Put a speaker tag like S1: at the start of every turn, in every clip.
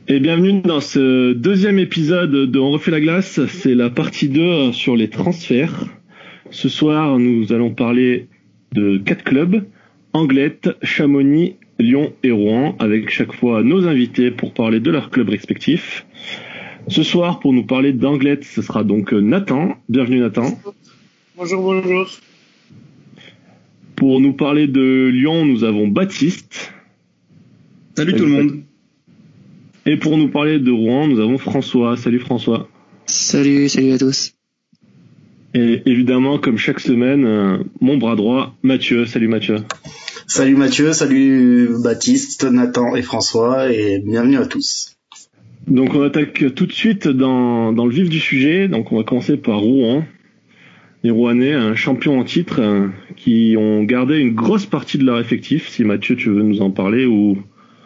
S1: Et bienvenue dans ce deuxième épisode de On refait la glace. C'est la partie 2 sur les transferts. Ce soir, nous allons parler de 4 clubs: Anglet, Chamonix, Lyon et Rouen, avec chaque fois nos invités pour parler de leurs clubs respectifs. Ce soir, pour nous parler d'Anglet, ce sera donc Nathan. Bienvenue Nathan.
S2: Bonjour.
S1: Pour nous parler de Lyon, nous avons Baptiste.
S3: Salut tout le monde.
S1: Et pour nous parler de Rouen, nous avons François. Salut François.
S4: Salut à tous.
S1: Et évidemment, comme chaque semaine, mon bras droit, Mathieu. Salut Mathieu.
S2: Salut Mathieu, salut Baptiste, Nathan et François, et bienvenue à tous.
S1: Donc on attaque tout de suite dans le vif du sujet. Donc on va commencer par Rouen. Les Rouennais, un champion en titre, qui ont gardé une grosse partie de leur effectif. Si Mathieu, tu veux nous en parler ou...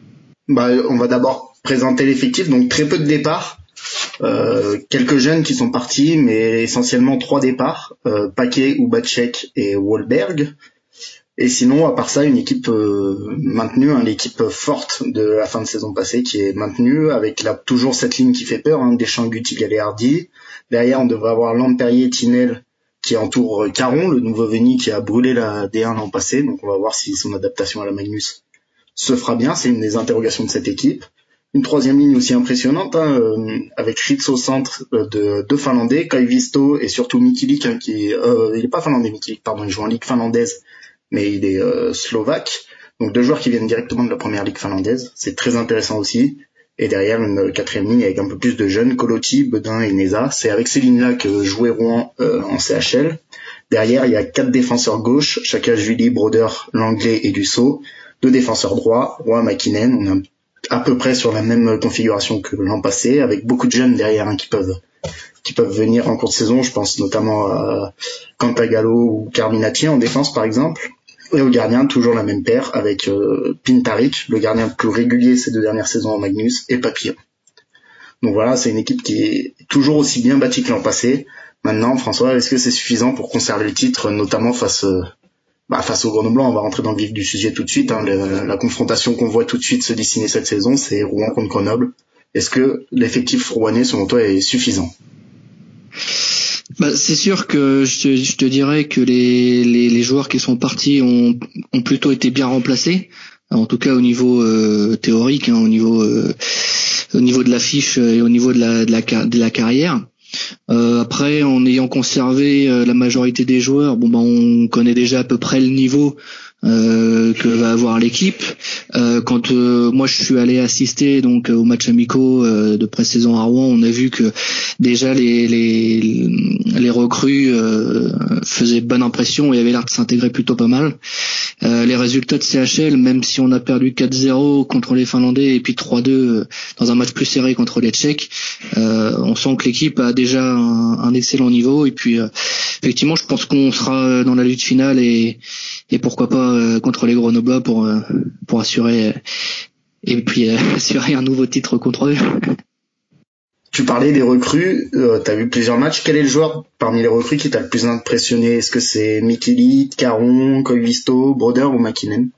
S2: On va d'abord présenter l'effectif, donc très peu de départs. Quelques jeunes qui sont partis, mais essentiellement 3 départs, Paquet, Ubacek et Wahlberg. Et sinon, à part ça, une équipe maintenue, l'équipe forte de la fin de saison passée qui est maintenue, avec toujours cette ligne qui fait peur, Deschamps, Guti, Gagliardi. Derrière, on devrait avoir Lampérier, Tinel qui entoure Caron, le nouveau venu qui a brûlé la D1 l'an passé. Donc on va voir si son adaptation à la Magnus se fera bien. C'est une des interrogations de cette équipe. Une troisième ligne aussi impressionnante, avec Ritz au centre, de deux Finlandais, Koivisto et surtout Mikilik, il est pas finlandais, Mikilik, pardon, il joue en ligue finlandaise, mais il est slovaque. Donc 2 joueurs qui viennent directement de la première ligue finlandaise, c'est très intéressant aussi. Et derrière une quatrième ligne avec un peu plus de jeunes, Colotti, Bedin et Neza. C'est avec ces lignes-là que jouait Rouen en CHL. Derrière, il y a 4 défenseurs gauche, Chaka-Julie, Broder, Langlais et Dussault. 2 défenseurs droits, Roy, Makinen. On est à peu près sur la même configuration que l'an passé, avec beaucoup de jeunes derrière qui peuvent venir en cours de saison. Je pense notamment à Cantagallo ou Carminati en défense par exemple. Et au gardien, toujours la même paire avec Pintaric, le gardien le plus régulier ces 2 dernières saisons en Magnus, et Papillon. Donc voilà, c'est une équipe qui est toujours aussi bien bâtie que l'an passé. Maintenant, François, est-ce que c'est suffisant pour conserver le titre, notamment face aux Grenoblois? On va rentrer dans le vif du sujet tout de suite. La confrontation qu'on voit tout de suite se dessiner cette saison, c'est Rouen contre Grenoble. Est-ce que l'effectif rouennais, selon toi, est suffisant?
S4: C'est sûr que je te dirais que les joueurs qui sont partis ont plutôt été bien remplacés, en tout cas au niveau théorique, au niveau de la fiche et au niveau de la carrière. Après, en ayant conservé la majorité des joueurs, on connaît déjà à peu près le niveau que va avoir l'équipe. Quand moi je suis allé assister donc aux matchs amicaux de pré-saison à Rouen, on a vu que déjà les recrues faisaient bonne impression et avaient l'air de s'intégrer plutôt pas mal. Les résultats de CHL, même si on a perdu 4-0 contre les Finlandais et puis 3-2 dans un match plus serré contre les Tchèques, on sent que l'équipe a déjà un excellent niveau. Et puis effectivement, je pense qu'on sera dans la lutte finale et pourquoi pas contre les Grenoblois pour assurer assurer un nouveau titre contre eux.
S2: Tu parlais des recrues, t'as vu plusieurs matchs. Quel est le joueur parmi les recrues qui t'a le plus impressionné? Est-ce que c'est Mikilik, Caron, Koivisto, Broder ou Makinen?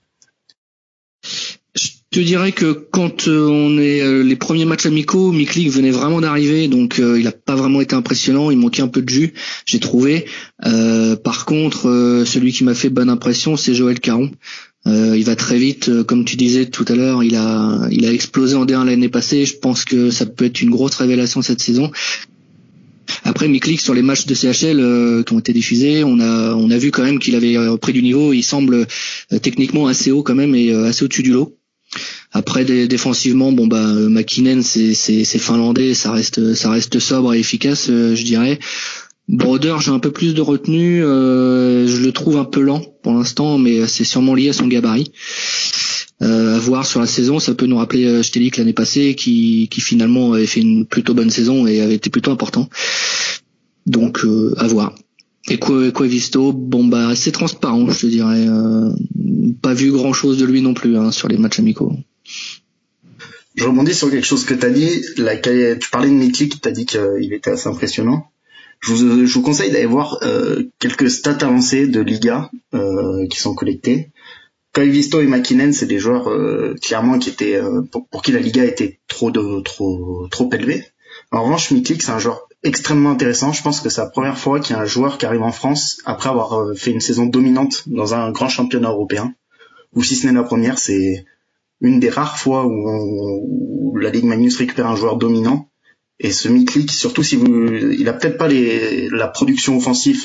S4: Je te dirais que quand on est les premiers matchs amicaux, Mikilik venait vraiment d'arriver, donc il a pas vraiment été impressionnant, il manquait un peu de jus, j'ai trouvé. Par contre, celui qui m'a fait bonne impression, c'est Joël Caron. Il va très vite, comme tu disais tout à l'heure, il a explosé en D1 l'année passée. Je pense que ça peut être une grosse révélation cette saison. Après, Mikilik, sur les matchs de CHL qui ont été diffusés, on a vu quand même qu'il avait pris du niveau. Il semble techniquement assez haut quand même et assez au-dessus du lot. Après, défensivement, Makinen, c'est finlandais, ça reste sobre et efficace, je dirais. Broder, j'ai un peu plus de retenue, je le trouve un peu lent pour l'instant, mais c'est sûrement lié à son gabarit. À voir sur la saison, ça peut nous rappeler Stelik l'année passée, qui finalement avait fait une plutôt bonne saison et avait été plutôt important. Donc à voir. Et Koivisto, assez transparent, je te dirais. Pas vu grand chose de lui non plus sur les matchs amicaux.
S2: Je rebondis sur quelque chose que t'as dit. Tu parlais de Mikilik, t'as dit qu'il était assez impressionnant. Je vous conseille d'aller voir quelques stats avancées de Liga qui sont collectées. Koivisto et McKinnon, c'est des joueurs clairement qui étaient pour qui la Liga était trop élevée. En revanche, Miklik, c'est un joueur extrêmement intéressant. Je pense que c'est la première fois qu'il y a un joueur qui arrive en France après avoir fait une saison dominante dans un grand championnat européen, ou si ce n'est la première, c'est une des rares fois où la Ligue Magnus récupère un joueur dominant. Et ce Miklik, surtout il a peut-être pas une production offensive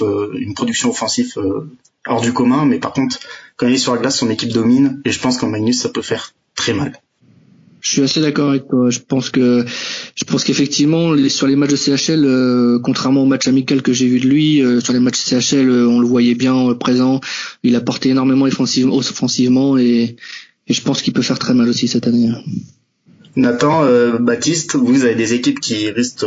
S2: hors du commun, mais par contre, quand il est sur la glace, son équipe domine, et je pense qu'en Magnus, ça peut faire très mal.
S4: Je suis assez d'accord avec toi. Je pense qu'effectivement, sur les matchs de CHL, contrairement au match amical que j'ai vu de lui, sur les matchs de CHL, on le voyait bien présent. Il apportait énormément offensivement, et je pense qu'il peut faire très mal aussi cette année.
S2: Nathan, Baptiste, vous avez des équipes qui risquent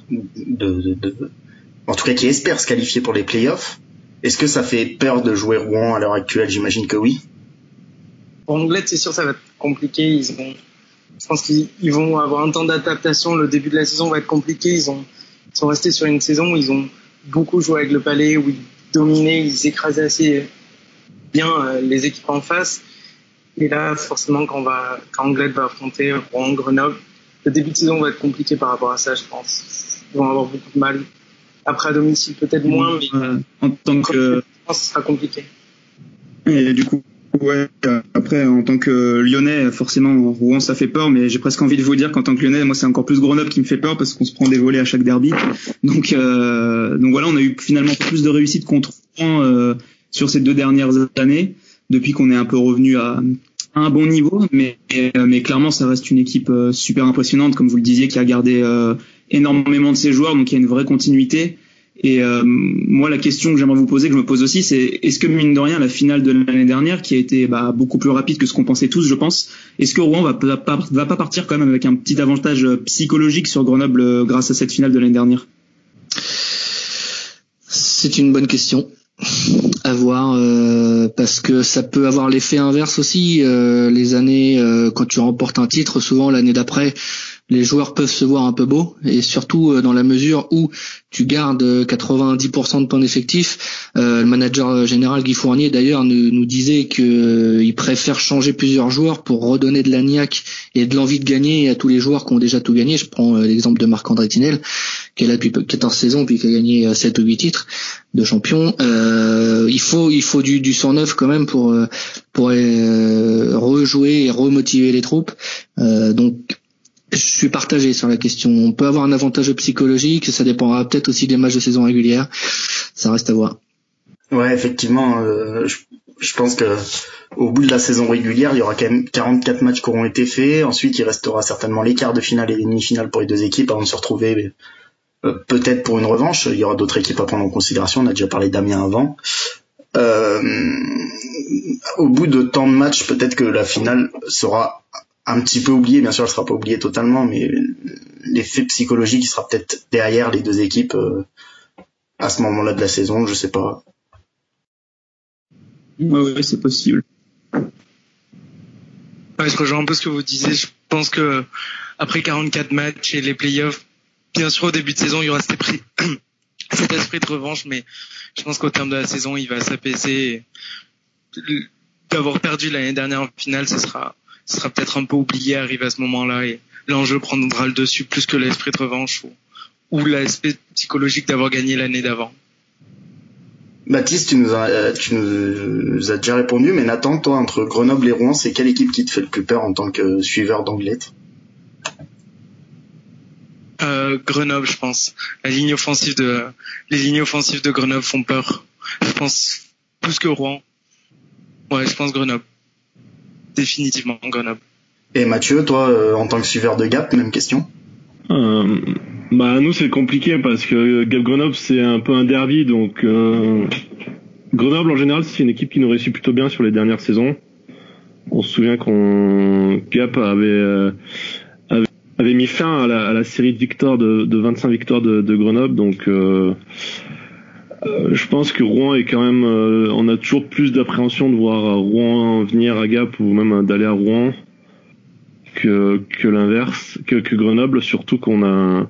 S2: en tout cas qui espèrent se qualifier pour les playoffs. Est-ce que ça fait peur de jouer Rouen à l'heure actuelle? J'imagine que oui.
S5: Pour Anglet, c'est sûr, ça va être compliqué. Je pense qu'ils vont avoir un temps d'adaptation. Le début de la saison va être compliqué. Ils sont restés sur une saison où ils ont beaucoup joué avec le Palais, où ils dominaient, ils écrasaient assez bien les équipes en face. Et là, forcément, quand Anglet va affronter Rouen, Grenoble, le début de saison va être compliqué par rapport à ça, je pense. Ils vont avoir beaucoup de mal. Après, à domicile, peut-être moins, mais
S3: en tant que...
S5: je pense que ce sera compliqué.
S3: Et du coup, ouais, après, en tant que Lyonnais, forcément, Rouen, ça fait peur, mais j'ai presque envie de vous dire qu'en tant que Lyonnais, moi, c'est encore plus Grenoble qui me fait peur parce qu'on se prend des volets à chaque derby. Donc voilà, on a eu finalement plus de réussite contre Rouen sur ces 2 dernières années, depuis qu'on est un peu revenu à un bon niveau, mais clairement, ça reste une équipe super impressionnante, comme vous le disiez, qui a gardé énormément de ses joueurs, donc il y a une vraie continuité. Et moi, la question que j'aimerais vous poser, que je me pose aussi, c'est est-ce que mine de rien, la finale de l'année dernière, qui a été beaucoup plus rapide que ce qu'on pensait tous, je pense, est-ce que Rouen va pas partir quand même avec un petit avantage psychologique sur Grenoble grâce à cette finale de l'année dernière?
S4: C'est une bonne question. À voir, parce que ça peut avoir l'effet inverse aussi. Les années, quand tu remportes un titre, souvent l'année d'après, les joueurs peuvent se voir un peu beaux, et surtout dans la mesure où tu gardes 90% de ton effectif. Le manager général Guy Fournier d'ailleurs nous disait que il préfère changer plusieurs joueurs pour redonner de la niaque et de l'envie de gagner à tous les joueurs qui ont déjà tout gagné. Je prends l'exemple de Marc-André Tinel, qui est là depuis 14 saisons puis qui a gagné 7 ou 8 titres de champion. Il faut du sang neuf quand même pour rejouer et remotiver les troupes. Donc je suis partagé sur la question. On peut avoir un avantage psychologique, ça dépendra peut-être aussi des matchs de saison régulière. Ça reste à voir.
S2: Ouais, effectivement, je pense que au bout de la saison régulière, il y aura quand même 44 matchs qui auront été faits. Ensuite, il restera certainement les quarts de finale et les demi-finales pour les 2 équipes avant de se retrouver peut-être pour une revanche. Il y aura d'autres équipes à prendre en considération. On a déjà parlé d'Amiens avant. Au bout de tant de matchs, peut-être que la finale sera un petit peu oubliée. Bien sûr, elle sera pas oubliée totalement, mais l'effet psychologique, il sera peut-être derrière les 2 équipes à ce moment-là de la saison. Je sais pas.
S3: Ouais, c'est possible.
S5: Ouais, je rejoins un peu ce que vous disiez. Je pense que après 44 matchs et les playoffs, bien sûr, au début de saison, il y aura cet esprit de revanche, mais je pense qu'au terme de la saison, il va s'apaiser. D'avoir perdu l'année dernière en finale, ce sera peut-être un peu oublié arrivé à ce moment-là, et l'enjeu prendra le dessus plus que l'esprit de revanche ou l'aspect psychologique d'avoir gagné l'année d'avant.
S2: Baptiste, tu nous as déjà répondu, mais Nathan, toi, entre Grenoble et Rouen, c'est quelle équipe qui te fait le plus peur en tant que suiveur d'Anglet?
S5: Grenoble, je pense. Les lignes offensives de Grenoble font peur. Je pense plus que Rouen. Ouais, je pense Grenoble. Définitivement Grenoble.
S2: Et Mathieu, toi, en tant que suiveur de Gap, même question?
S1: Nous, c'est compliqué parce que Gap Grenoble, c'est un peu un derby, donc Grenoble, en général, c'est une équipe qui nous réussit plutôt bien sur les dernières saisons. On se souvient Gap avait mis fin à la série de victoires de 25 victoires de Grenoble, donc je pense que Rouen est quand même on a toujours plus d'appréhension de voir Rouen venir à Gap ou même d'aller à Rouen que l'inverse, que Grenoble, surtout qu'on a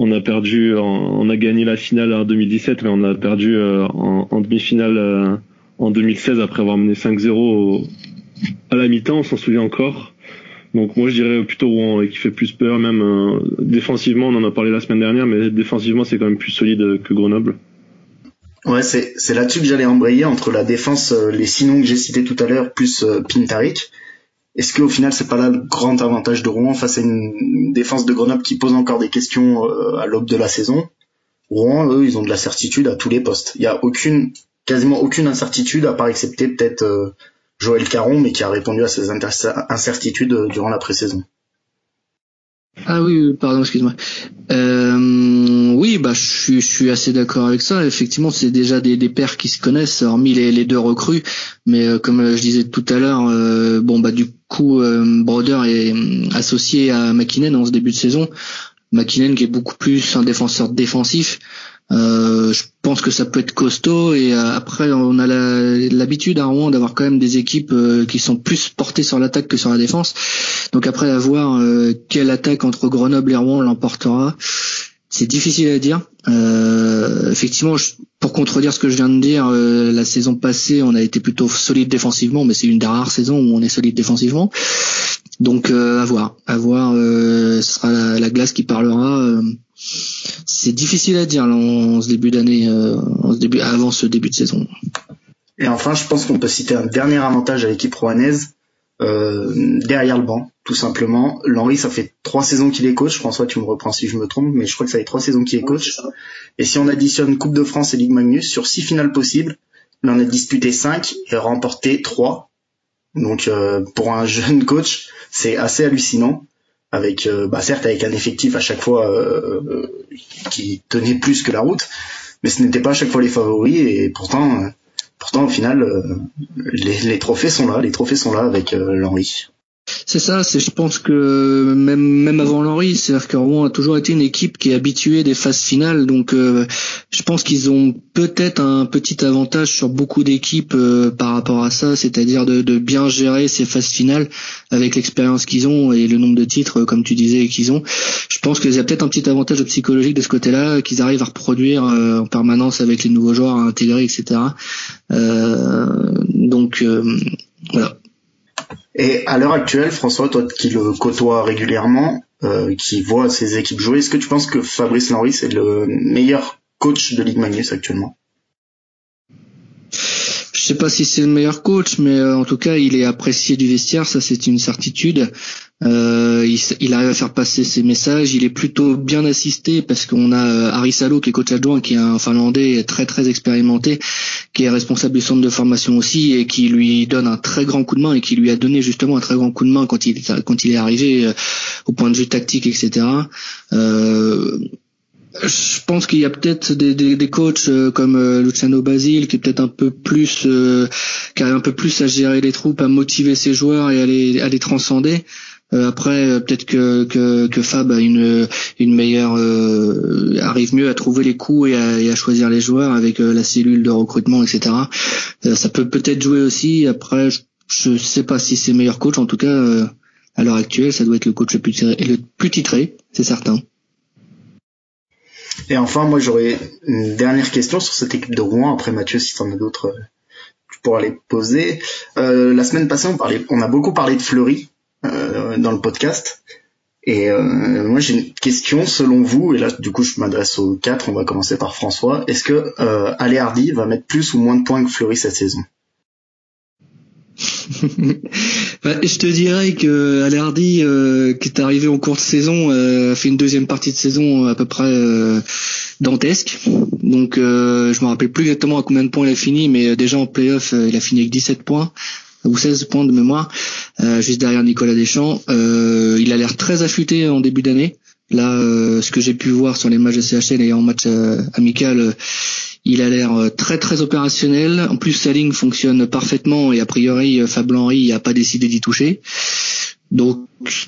S1: perdu on a gagné la finale en 2017, mais on a perdu en demi-finale en 2016 après avoir mené 5-0 à la mi-temps, on s'en souvient encore. Donc moi je dirais plutôt Rouen qui fait plus peur, même défensivement, on en a parlé la semaine dernière, mais défensivement c'est quand même plus solide que Grenoble.
S2: Ouais, c'est là-dessus que j'allais embrayer, entre la défense, les 6 noms que j'ai cités tout à l'heure, plus Pintaric. Est-ce qu'au final c'est pas là le grand avantage de Rouen face à une défense de Grenoble qui pose encore des questions à l'aube de la saison? Rouen, eux, ils ont de la certitude à tous les postes. Il y a quasiment aucune incertitude, à part excepter peut-être Joël Caron, mais qui a répondu à ces incertitudes durant la pré-saison.
S4: Ah oui, pardon, excuse-moi. Oui, je suis assez d'accord avec ça. Effectivement, c'est déjà des pairs qui se connaissent, hormis les 2 recrues. Mais comme je disais tout à l'heure, du coup, Broder est associé à McKinnon en ce début de saison. McKinnon qui est beaucoup plus un défenseur défensif. Je pense que ça peut être costaud, et après on a l'habitude à Rouen d'avoir quand même des équipes qui sont plus portées sur l'attaque que sur la défense. Donc après, à voir quelle attaque entre Grenoble et Rouen l'emportera, c'est difficile à dire. Effectivement, pour contredire ce que je viens de dire, la saison passée on a été plutôt solide défensivement, mais c'est une des rares saisons où on est solide défensivement. Donc à voir, ce sera la glace qui parlera. C'est difficile à dire là, en ce début d'année, avant ce début de saison.
S2: Et enfin, je pense qu'on peut citer un dernier avantage à l'équipe rouennaise, derrière le banc, tout simplement. L'Henri, ça fait 3 saisons qu'il est coach. François, tu me reprends si je me trompe, mais je crois que ça fait 3 saisons qu'il est coach. Et si on additionne Coupe de France et Ligue Magnus, sur 6 finales possibles, il en a disputé 5 et remporté 3. Donc pour un jeune coach, c'est assez hallucinant. Avec certes avec un effectif à chaque fois qui tenait plus que la route, mais ce n'était pas à chaque fois les favoris, et pourtant au final les trophées sont là avec l'Henri.
S4: C'est ça, je pense que même avant l'Henri, c'est-à-dire que Rouen a toujours été une équipe qui est habituée des phases finales, donc je pense qu'ils ont peut-être un petit avantage sur beaucoup d'équipes par rapport à ça, c'est-à-dire de bien gérer ces phases finales avec l'expérience qu'ils ont et le nombre de titres, comme tu disais, qu'ils ont. Je pense qu'il y a peut-être un petit avantage psychologique de ce côté-là, qu'ils arrivent à reproduire en permanence avec les nouveaux joueurs à intégrer, etc. Voilà.
S2: Et à l'heure actuelle, François, toi qui le côtoies régulièrement, qui voit ses équipes jouer, est-ce que tu penses que Fabrice Lenry c'est le meilleur coach de Ligue Magnus actuellement?
S4: Je sais pas si c'est le meilleur coach, mais en tout cas il est apprécié du vestiaire, ça c'est une certitude. Il arrive à faire passer ses messages, il est plutôt bien assisté parce qu'on a Harry Salo qui est coach adjoint, qui est un Finlandais très très expérimenté, qui est responsable du centre de formation aussi, et qui lui donne un très grand coup de main, et qui lui a donné justement un très grand coup de main quand il est arrivé au point de vue tactique, etc. Je pense qu'il y a peut-être des coachs comme Luciano Basile qui est peut-être un peu plus qui arrive un peu plus à gérer les troupes, à motiver ses joueurs et à les transcender. Après peut-être que Fab a une meilleure arrive mieux à trouver les coups et à choisir les joueurs avec la cellule de recrutement, etc. Ça peut peut-être jouer aussi. Après je sais pas si c'est le meilleur coach, en tout cas à l'heure actuelle ça doit être le coach le plus titré, c'est certain.
S2: Et enfin, moi j'aurais une dernière question sur cette équipe de Rouen. Après Mathieu, si t'en as d'autres, tu pourras les poser. La semaine passée, on a beaucoup parlé de Fleury dans le podcast. Et moi j'ai une question, selon vous, et là du coup je m'adresse aux 4, on va commencer par François. Est-ce que Ale Hardy va mettre plus ou moins de points que Fleury cette saison?
S4: Je te dirais que Ale Hardy, qui est arrivé en cours de saison, a fait une deuxième partie de saison à peu près dantesque. Donc je me rappelle plus exactement à combien de points il a fini, mais déjà en play-off il a fini avec 17 points ou 16 points de mémoire, juste derrière Nicolas Deschamps. Il a l'air très affûté en début d'année. Là, ce que j'ai pu voir sur les matchs de CHL et en match amical, il a l'air très très opérationnel. En plus, sa ligne fonctionne parfaitement et a priori, Fab Henry n'a pas décidé d'y toucher. Donc,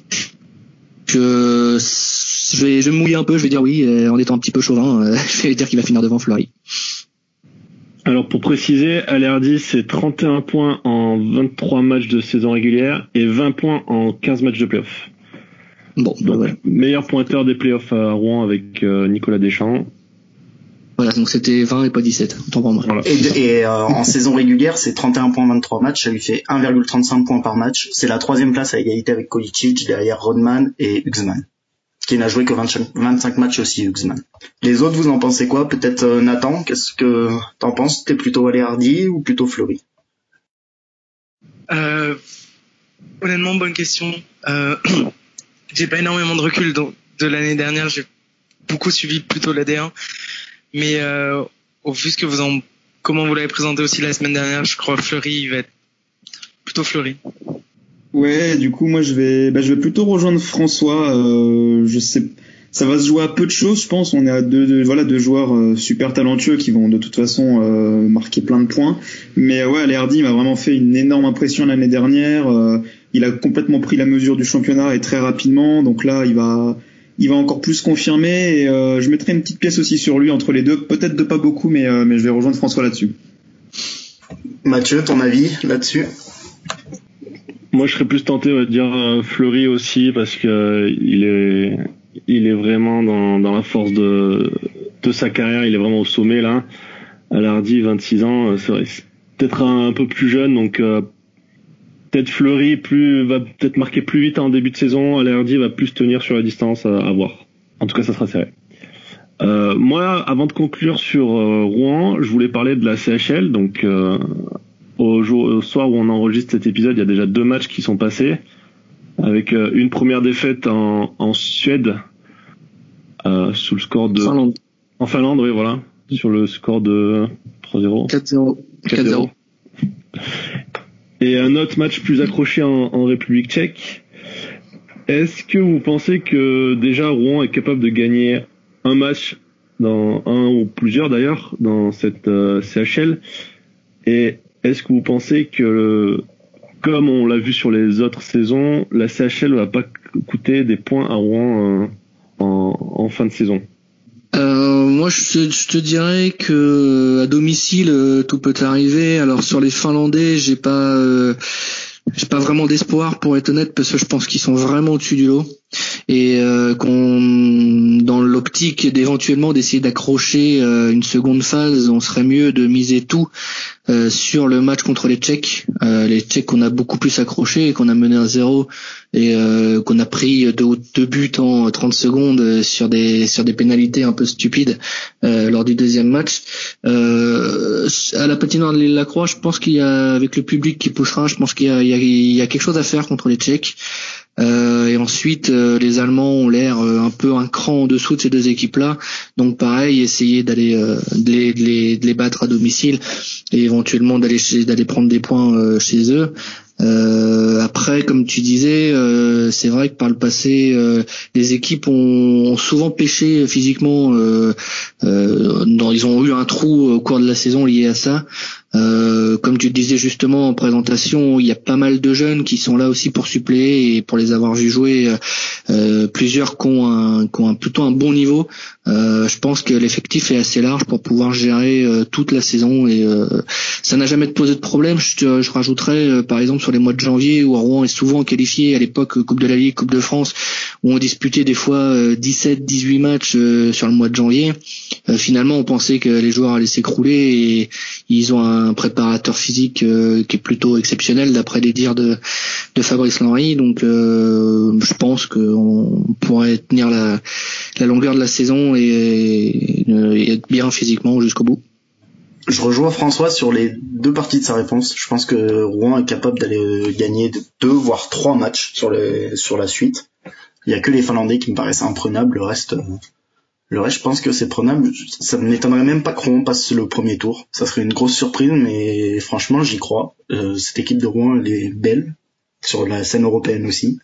S4: je vais me mouiller un peu. Je vais dire oui, en étant un petit peu chauvin. Je vais dire qu'il va finir devant Fleury.
S1: Alors pour préciser, Ale Hardy c'est 31 points en 23 matchs de saison régulière et 20 points en 15 matchs de play-off.
S4: Bon,
S1: donc, meilleur pointeur des play-offs à Rouen avec Nicolas Deschamps.
S4: Voilà, donc c'était 20 et pas 17. Autant pour moi.
S1: Voilà.
S2: Et en saison régulière, c'est 31 points 23 matchs. Ça lui fait 1,35 points par match. C'est la 3e place à égalité avec Kolicic, derrière Rodman et Huxman, qui n'a joué que 25 matchs aussi, Huxman. Les autres, vous en pensez quoi? Peut-être Nathan, qu'est-ce que t'en penses? T'es plutôt Valéardi ou plutôt Fleury?
S5: Honnêtement, bonne question. J'ai pas énormément de recul de l'année dernière. J'ai beaucoup suivi plutôt la D1. Mais au vu que comment vous l'avez présenté aussi la semaine dernière, je crois Fleury, il va être plutôt Fleury.
S3: Ouais, du coup moi je vais plutôt rejoindre François. Je sais, ça va se jouer à peu de choses, je pense. On est à deux joueurs super talentueux qui vont de toute façon marquer plein de points. Mais ouais, Valéardi m'a vraiment fait une énorme impression l'année dernière. Il a complètement pris la mesure du championnat et très rapidement. Donc là, il va encore plus confirmer. Et je mettrai une petite pièce aussi sur lui entre les deux. Peut-être de pas beaucoup, mais je vais rejoindre François là-dessus.
S2: Mathieu, ton avis là-dessus?
S1: Moi, je serais plus tenté de dire Fleury aussi, parce que il est vraiment dans la force de sa carrière. Il est vraiment au sommet là. Valéardi, 26 ans, c'est vrai, c'est peut-être un peu plus jeune, donc peut-être Fleury va peut-être marquer plus vite en début de saison. Valéardi va plus tenir sur la distance, à voir. En tout cas, ça sera serré. Moi, avant de conclure sur Rouen, je voulais parler de la CHL. Donc, au soir où on enregistre cet épisode, il y a déjà 2 matchs qui sont passés, avec une première défaite en Suède, sous le score de
S4: Finlande.
S1: En Finlande, oui, voilà, sur le score de 3-0.
S4: 4-0.
S1: Et un autre match plus accroché en République tchèque. Est-ce que vous pensez que déjà Rouen est capable de gagner un match, dans un ou plusieurs d'ailleurs, dans cette CHL? Et est-ce que vous pensez que, comme on l'a vu sur les autres saisons, la CHL va pas coûter des points à Rouen en fin de saison?
S4: Moi, je te dirais que à domicile, tout peut arriver. Alors sur les Finlandais, j'ai pas vraiment d'espoir, pour être honnête, parce que je pense qu'ils sont vraiment au-dessus du lot, et dans l'optique d'éventuellement d'essayer d'accrocher une seconde phase, on serait mieux de miser tout sur le match contre les Tchèques. Les Tchèques qu'on a beaucoup plus accroché et qu'on a mené 1-0 et qu'on a pris 2 buts en 30 secondes sur des pénalités un peu stupides lors du deuxième match. À la patinoire de l'Île-la-Croix, je pense qu'il y a, avec le public qui poussera, je pense qu'il y a quelque chose à faire contre les Tchèques. Et ensuite, les Allemands ont l'air un peu un cran en dessous de ces 2 équipes-là. Donc pareil, essayer d'aller de les battre à domicile et éventuellement d'aller prendre des points chez eux. Après, comme tu disais, c'est vrai que par le passé, les équipes ont souvent pêché physiquement. Ils ont eu un trou au cours de la saison lié à ça. Comme tu le disais justement en présentation, il y a pas mal de jeunes qui sont là aussi pour suppléer, et pour les avoir vus jouer, plusieurs qui ont plutôt un bon niveau. Je pense que l'effectif est assez large pour pouvoir gérer toute la saison, et ça n'a jamais posé de problème. Je rajouterais par exemple sur les mois de janvier, où Rouen est souvent qualifié à l'époque Coupe de la Ligue, Coupe de France, où on disputait des fois 17-18 matchs sur le mois de janvier. Finalement, on pensait que les joueurs allaient s'écrouler, et ils ont un préparateur physique qui est plutôt exceptionnel d'après les dires de Fabrice Lenry. Donc je pense qu'on pourrait tenir la longueur de la saison et être bien physiquement jusqu'au bout.
S2: Je rejoins François sur les 2 parties de sa réponse. Je pense que Rouen est capable d'aller gagner 2 voire 3 matchs sur la suite. Il y a que les Finlandais qui me paraissent imprenables. Le reste, je pense que c'est prenable. Ça ne m'étonnerait même pas que Rouen passe le premier tour. Ça serait une grosse surprise, mais franchement, j'y crois. Cette équipe de Rouen, elle est belle, sur la scène européenne aussi.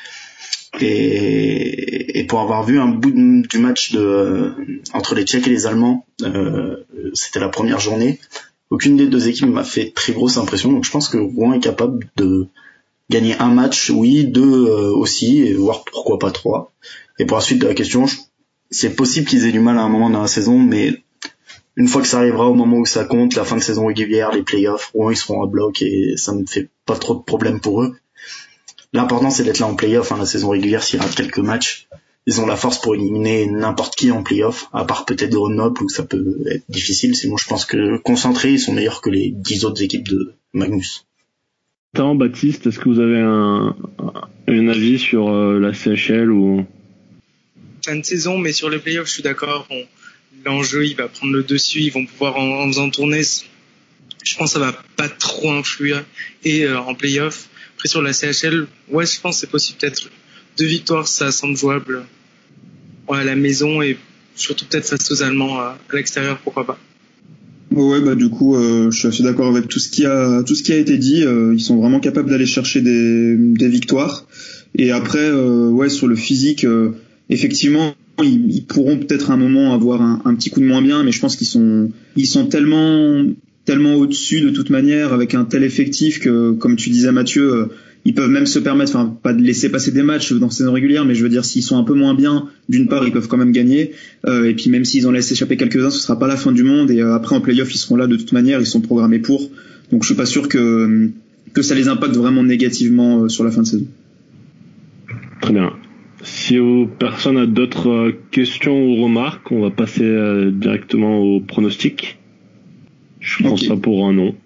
S2: Et pour avoir vu un bout du match entre les Tchèques et les Allemands, c'était la première journée, aucune des 2 équipes m'a fait très grosse impression. Donc je pense que Rouen est capable de gagner un match, oui, 2 aussi, et voire pourquoi pas 3. Et pour la suite de la question, c'est possible qu'ils aient du mal à un moment dans la saison, mais une fois que ça arrivera au moment où ça compte, la fin de saison régulière, les playoffs, Rouen ils seront à bloc, et ça ne fait pas trop de problème pour eux. L'important c'est d'être là en playoff, la saison régulière, s'il rate quelques matchs, ils ont la force pour éliminer n'importe qui en play-off, à part peut-être Grenoble où ça peut être difficile. Sinon, je pense que concentrés, ils sont meilleurs que les 10 autres équipes de Magnus.
S1: Baptiste, est-ce que vous avez un avis sur la CHL ou
S5: Fin de saison, mais sur les playoffs, je suis d'accord. L'enjeu, il va prendre le dessus. Ils vont pouvoir en faisant tourner. Je pense que ça va pas trop influer en playoff. Après, sur la CHL, ouais, je pense que c'est possible. Peut-être 2 victoires, ça semble jouable. Ouais, à la maison et surtout peut-être face aux Allemands à l'extérieur, pourquoi pas.
S3: Ouais, bah du coup, je suis assez d'accord avec tout ce qui a été dit. Ils sont vraiment capables d'aller chercher des victoires. Et après, ouais, sur le physique, effectivement, ils pourront peut-être à un moment avoir un petit coup de moins bien, mais je pense qu'ils sont tellement au-dessus de toute manière avec un tel effectif que, comme tu disais Mathieu, ils peuvent même se permettre, enfin pas de laisser passer des matchs dans saison régulière, mais je veux dire s'ils sont un peu moins bien, d'une part ils peuvent quand même gagner, et puis même s'ils en laissent échapper quelques-uns, ce sera pas la fin du monde, et après en play-off ils seront là de toute manière, ils sont programmés pour, donc je suis pas sûr que ça les impacte vraiment négativement sur la fin de saison.
S1: Très bien. Si personne n'a d'autres questions ou remarques, on va passer directement au pronostic. Je prends ça pour un non.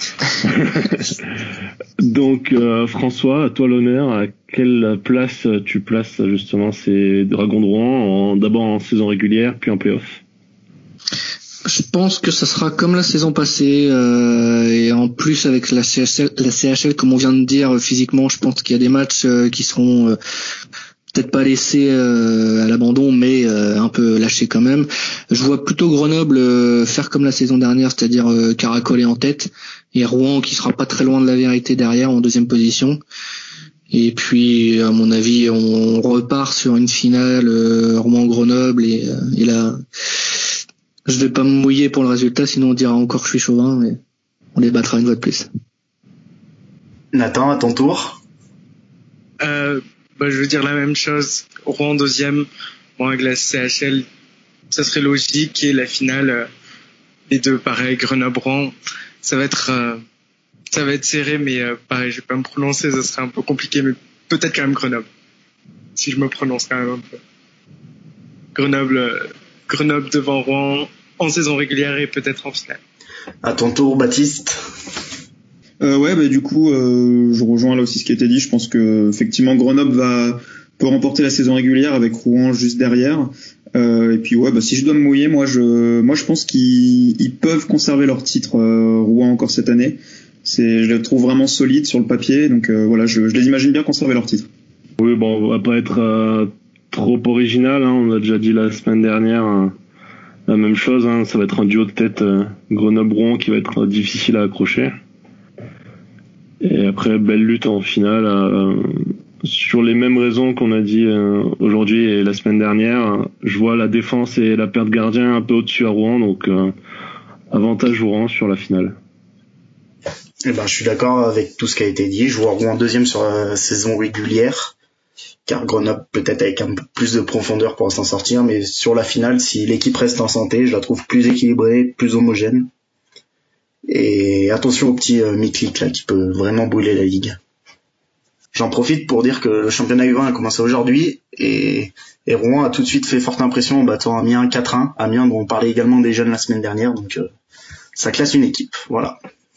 S1: Donc François, à toi l'honneur. À quelle place tu places justement ces Dragons de Rouen, d'abord en saison régulière puis en play-off?
S4: Je pense que ça sera comme la saison passée, et en plus avec la CHL, comme on vient de dire, physiquement, je pense qu'il y a des matchs qui seront peut-être pas laissés à l'abandon, mais un peu lâchés quand même. Je vois plutôt Grenoble faire comme la saison dernière, c'est-à-dire caracoler en tête, et Rouen qui sera pas très loin de la vérité derrière en deuxième position. Et puis, à mon avis, on repart sur une finale Rouen-Grenoble, et là, je vais pas me mouiller pour le résultat, sinon on dira encore que je suis chauvin, mais on les battra une fois de plus.
S2: Nathan, à ton tour.
S5: Je veux dire la même chose. Rouen deuxième, bon, avec la CHL, ça serait logique, et la finale, les deux pareil, Grenoble-Rouen, ça va être serré, mais pareil, je vais pas me prononcer, ça serait un peu compliqué, mais peut-être quand même Grenoble, si je me prononce quand même un peu. Grenoble devant Rouen en saison régulière et peut-être en finale.
S2: À ton tour, Baptiste.
S3: Ouais, bah du coup, je rejoins là aussi ce qui a été dit. Je pense que effectivement Grenoble peut remporter la saison régulière avec Rouen juste derrière. Et puis ouais, bah si je dois me mouiller, moi je pense qu'ils peuvent conserver leur titre Rouen encore cette année. Je les trouve vraiment solides sur le papier, donc voilà, je les imagine bien conserver leur titre.
S1: Oui, bon, on va pas être trop original, hein. On a déjà dit la semaine dernière la même chose, hein. Ça va être un duo de tête Grenoble-Rouen qui va être difficile à accrocher. Et après, belle lutte en finale. Sur les mêmes raisons qu'on a dit aujourd'hui et la semaine dernière, je vois la défense et la paire de gardiens un peu au-dessus à Rouen, donc avantage Rouen sur la finale.
S2: Eh ben, je suis d'accord avec tout ce qui a été dit. Je vois Rouen deuxième sur la saison régulière, car Grenoble peut-être avec un peu plus de profondeur pour s'en sortir, mais sur la finale, si l'équipe reste en santé, je la trouve plus équilibrée, plus homogène. Et attention au petit Miklik là qui peut vraiment brûler la ligue. J'en profite pour dire que le championnat U20 a commencé aujourd'hui et Rouen a tout de suite fait forte impression en battant Amiens 4-1. Amiens dont on parlait également des jeunes la semaine dernière, donc ça classe une équipe. Voilà.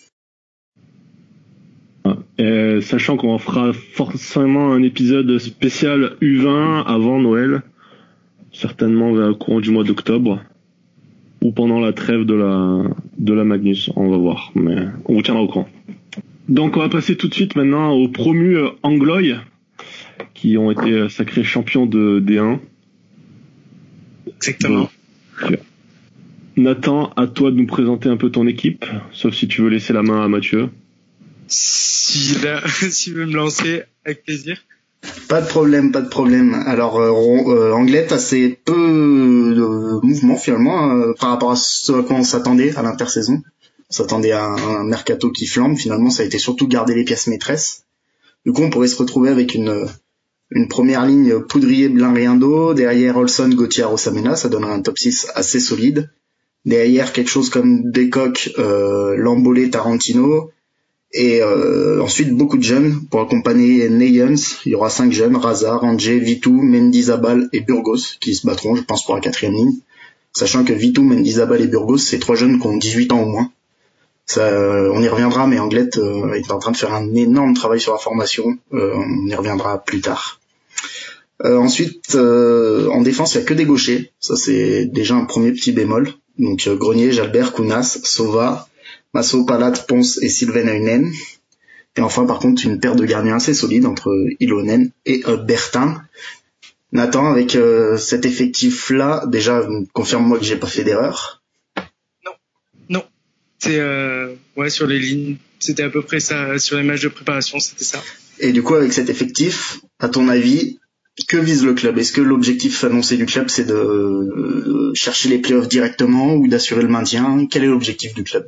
S1: Sachant qu'on fera forcément un épisode spécial U20 avant Noël, certainement au courant du mois d'octobre ou pendant la trêve de la Magnus, on va voir, mais on vous tiendra au courant. Donc on va passer tout de suite maintenant aux promus Anglois qui ont été sacrés champions de D1.
S5: Exactement.
S1: Donc, Nathan, à toi de nous présenter un peu ton équipe, sauf si tu veux laisser la main à Mathieu.
S5: Si tu veux me lancer, avec plaisir.
S2: Pas de problème. Alors Anglet a assez peu de mouvement finalement par rapport à ce à quoi on s'attendait à l'intersaison. On s'attendait à un mercato qui flambe. Finalement, ça a été surtout garder les pièces maîtresses. Du coup, on pourrait se retrouver avec une première ligne Poudrier, Blin, Riendo. Derrière Olson, Gauthier, Rosamena. Ça donnerait un top 6 assez solide. Derrière, quelque chose comme Bécoq, Lambolé, Tarantino. Et ensuite, beaucoup de jeunes pour accompagner Neyens. Il y aura 5 jeunes, Raza, Rangé, Vitou, Mendizabal et Burgos, qui se battront, je pense, pour la 4e ligne. Sachant que Vitou, Mendizabal et Burgos, c'est 3 jeunes qui ont 18 ans au moins. Ça, on y reviendra, mais Anglette est en train de faire un énorme travail sur la formation. On y reviendra plus tard. Ensuite, en défense, il n'y a que des gauchers. Ça, c'est déjà un premier petit bémol. Donc, Grenier, Jalbert, Kounas, Sova, Masso, Palat, Ponce et Sylvain Aynen. Et enfin, par contre, une paire de gardiens assez solide entre Ilonen et Bertin. Nathan, avec cet effectif-là, déjà, confirme-moi que j'ai pas fait d'erreur.
S5: Non. C'est sur les lignes, c'était à peu près ça. Sur les matchs de préparation, c'était ça.
S2: Et du coup, avec cet effectif, à ton avis, que vise le club? Est-ce que l'objectif annoncé du club, c'est de chercher les playoffs directement ou d'assurer le maintien? Quel est l'objectif du club?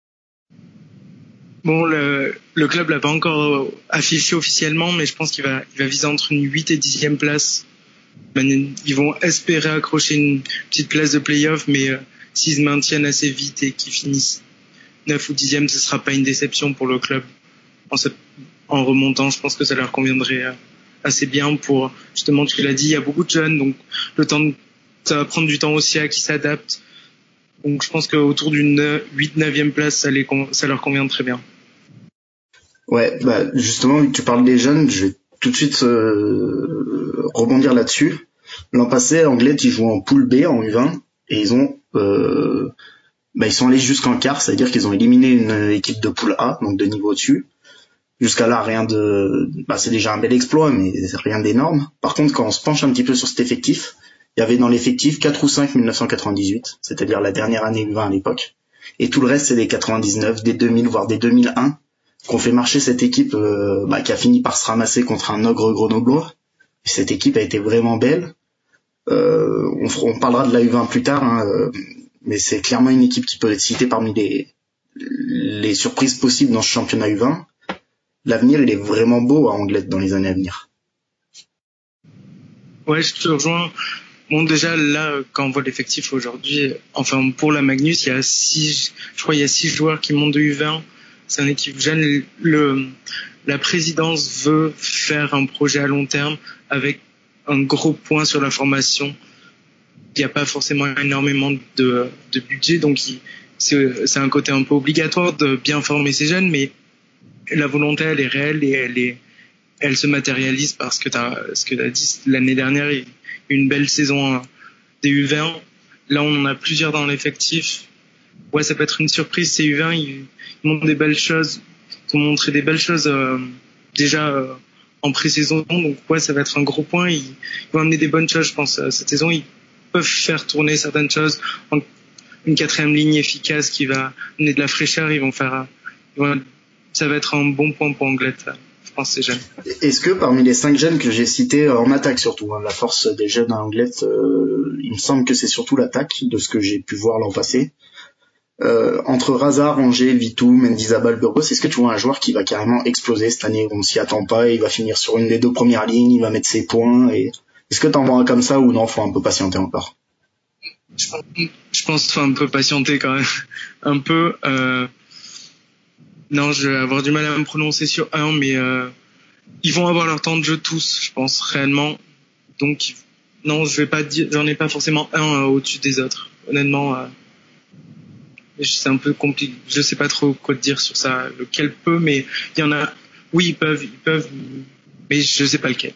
S5: Bon, le club l'a pas encore affiché officiellement, mais je pense qu'il va viser entre une 8 et 10e place. Ils vont espérer accrocher une petite place de play-off, mais s'ils se maintiennent assez vite et qu'ils finissent 9 ou 10e, ce sera pas une déception pour le club. En remontant, je pense que ça leur conviendrait assez bien pour, justement, tu l'as dit, il y a beaucoup de jeunes, donc ça va prendre du temps aussi à qu'ils s'adaptent. Donc je pense qu'autour d'une 8-9e place, ça leur convient très bien.
S2: Ouais, justement, vu que tu parles des jeunes, je vais tout de suite rebondir là-dessus. L'an passé, Anglette, ils jouent en poule B, en U20, et ils ont ils sont allés jusqu'en quart, c'est-à-dire qu'ils ont éliminé une équipe de poule A, donc de niveau au-dessus. Jusqu'à là, c'est déjà un bel exploit, mais rien d'énorme. Par contre, quand on se penche un petit peu sur cet effectif, il y avait dans l'effectif 4 ou 5 1998, c'est-à-dire la dernière année U20 à l'époque. Et tout le reste, c'est des 99, des 2000, voire des 2001, qu'on fait marcher cette équipe qui a fini par se ramasser contre un ogre grenoblois. Et cette équipe a été vraiment belle. On parlera de la U20 plus tard, mais c'est clairement une équipe qui peut être citée parmi les surprises possibles dans ce championnat U20. L'avenir, il est vraiment beau à Anglette dans les années à venir.
S5: Ouais, je te rejoins. Bon, déjà, là, quand on voit l'effectif aujourd'hui, enfin, pour la Magnus, il y a 6 joueurs qui montent de U20. C'est une équipe jeune. La présidence veut faire un projet à long terme avec un gros point sur la formation. Il n'y a pas forcément énormément de budget, donc c'est un côté un peu obligatoire de bien former ces jeunes, mais la volonté, elle est réelle et elle se matérialise parce que ce que tu as dit l'année dernière, il y a eu une belle saison des U20. Là, on en a plusieurs dans l'effectif. Ouais, ça peut être une surprise. Ces U20, ils montrent des belles choses. Ils ont montré des belles choses déjà en pré-saison. Donc, ouais, ça va être un gros point. Ils vont amener des bonnes choses, je pense. Cette saison, ils peuvent faire tourner certaines choses. Une 4e ligne efficace qui va amener de la fraîcheur. Ça va être un bon point pour Anglette. Je pense c'est jeune.
S2: Est-ce que parmi les 5 jeunes que j'ai cités, en attaque surtout, la force des jeunes à Anglette, il me semble que c'est surtout l'attaque, de ce que j'ai pu voir l'an passé. Entre Raza, Rangé, Vitou, Mendizabal, Burgos, est-ce que tu vois un joueur qui va carrément exploser cette année? On s'y attend pas, il va finir sur une des 2 premières lignes, il va mettre ses points. Est-ce que t'en vois un comme ça ou non, faut un peu patienter encore?
S5: Je pense qu'il faut un peu patienter quand même. Un peu. Non, je vais avoir du mal à me prononcer sur un, mais ils vont avoir leur temps de jeu tous, je pense, réellement. Donc, non, je vais pas dire, j'en ai pas forcément un au-dessus des autres. Honnêtement, c'est un peu compliqué. Je sais pas trop quoi te dire sur ça, lequel peut, mais il y en a. Oui, ils peuvent, mais je sais pas lequel.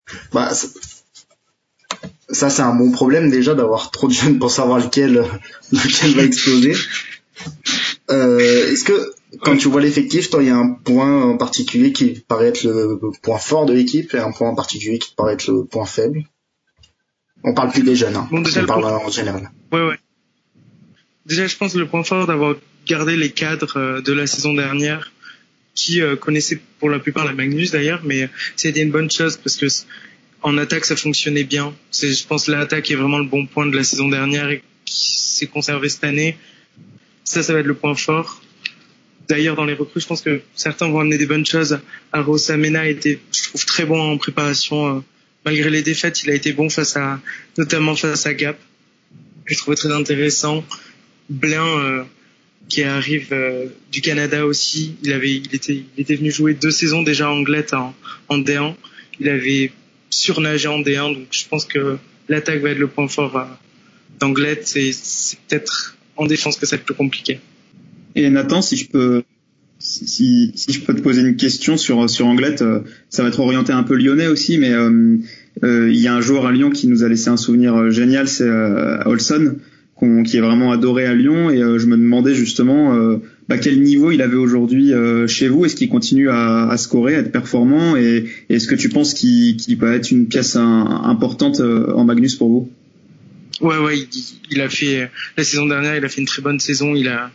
S2: Ça c'est un bon problème déjà d'avoir trop de jeunes pour savoir lequel va exploser. Est-ce que quand tu vois l'effectif, toi, il y a un point en particulier qui paraît être le point fort de l'équipe et un point en particulier qui paraît être le point faible? On parle plus des jeunes,
S5: Bon, déjà,
S2: on parle en général.
S5: Ouais. Déjà, je pense que le point fort d'avoir gardé les cadres de la saison dernière, qui connaissaient pour la plupart la Magnus d'ailleurs, mais c'était une bonne chose parce que en attaque, ça fonctionnait bien. Je pense que l'attaque est vraiment le bon point de la saison dernière et qui s'est conservé cette année. Ça va être le point fort. D'ailleurs, dans les recrues, je pense que certains vont amener des bonnes choses. Arosa Mena a été, je trouve, très bon en préparation. Malgré les défaites, il a été bon notamment face à Gap. Je trouvais très intéressant. Blain, qui arrive du Canada aussi. Il était venu jouer 2 saisons déjà en Anglet en D1. Il avait surnagé en D1, donc je pense que l'attaque va être le point fort d'Anglet, et c'est peut-être en défense que ça va être plus compliqué.
S3: Et Nathan, si je peux te poser une question sur Anglet, ça va être orienté un peu lyonnais aussi, mais il y a un joueur à Lyon qui nous a laissé un souvenir génial, c'est Olson, qui est vraiment adoré à Lyon, et je me demandais justement quel niveau il avait aujourd'hui chez vous. Est-ce qu'il continue à scorer, à être performant, et est-ce que tu penses qu'il peut être une pièce importante en Magnus pour vous?
S5: Ouais, il a fait la saison dernière, il a fait une très bonne saison.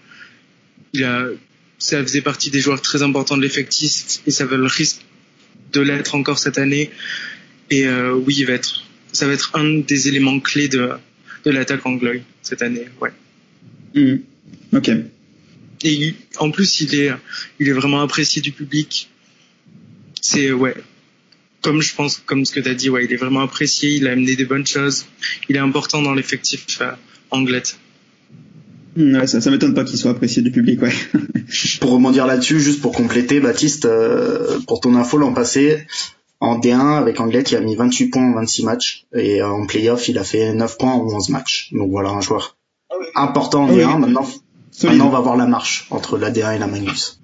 S5: Ça faisait partie des joueurs très importants de l'effectif, et ça le risque de l'être encore cette année. Et oui, ça va être un des éléments clés de l'attaque anglaise cette année, ouais.
S3: Ok.
S5: Et en plus, il est vraiment apprécié du public. C'est comme ce que tu as dit, il est vraiment apprécié, il a amené des bonnes choses, il est important dans l'effectif anglais.
S3: Ouais, ça m'étonne pas qu'il soit apprécié du public, ouais.
S2: Pour rebondir là-dessus, juste pour compléter, Baptiste, pour ton info, l'an passé, en D1, avec Anglet, il a mis 28 points en 26 matchs, et en play-off, il a fait 9 points en 11 matchs. Donc voilà, un joueur important en D1. Maintenant, on va voir la marche entre la D1 et la Magnus.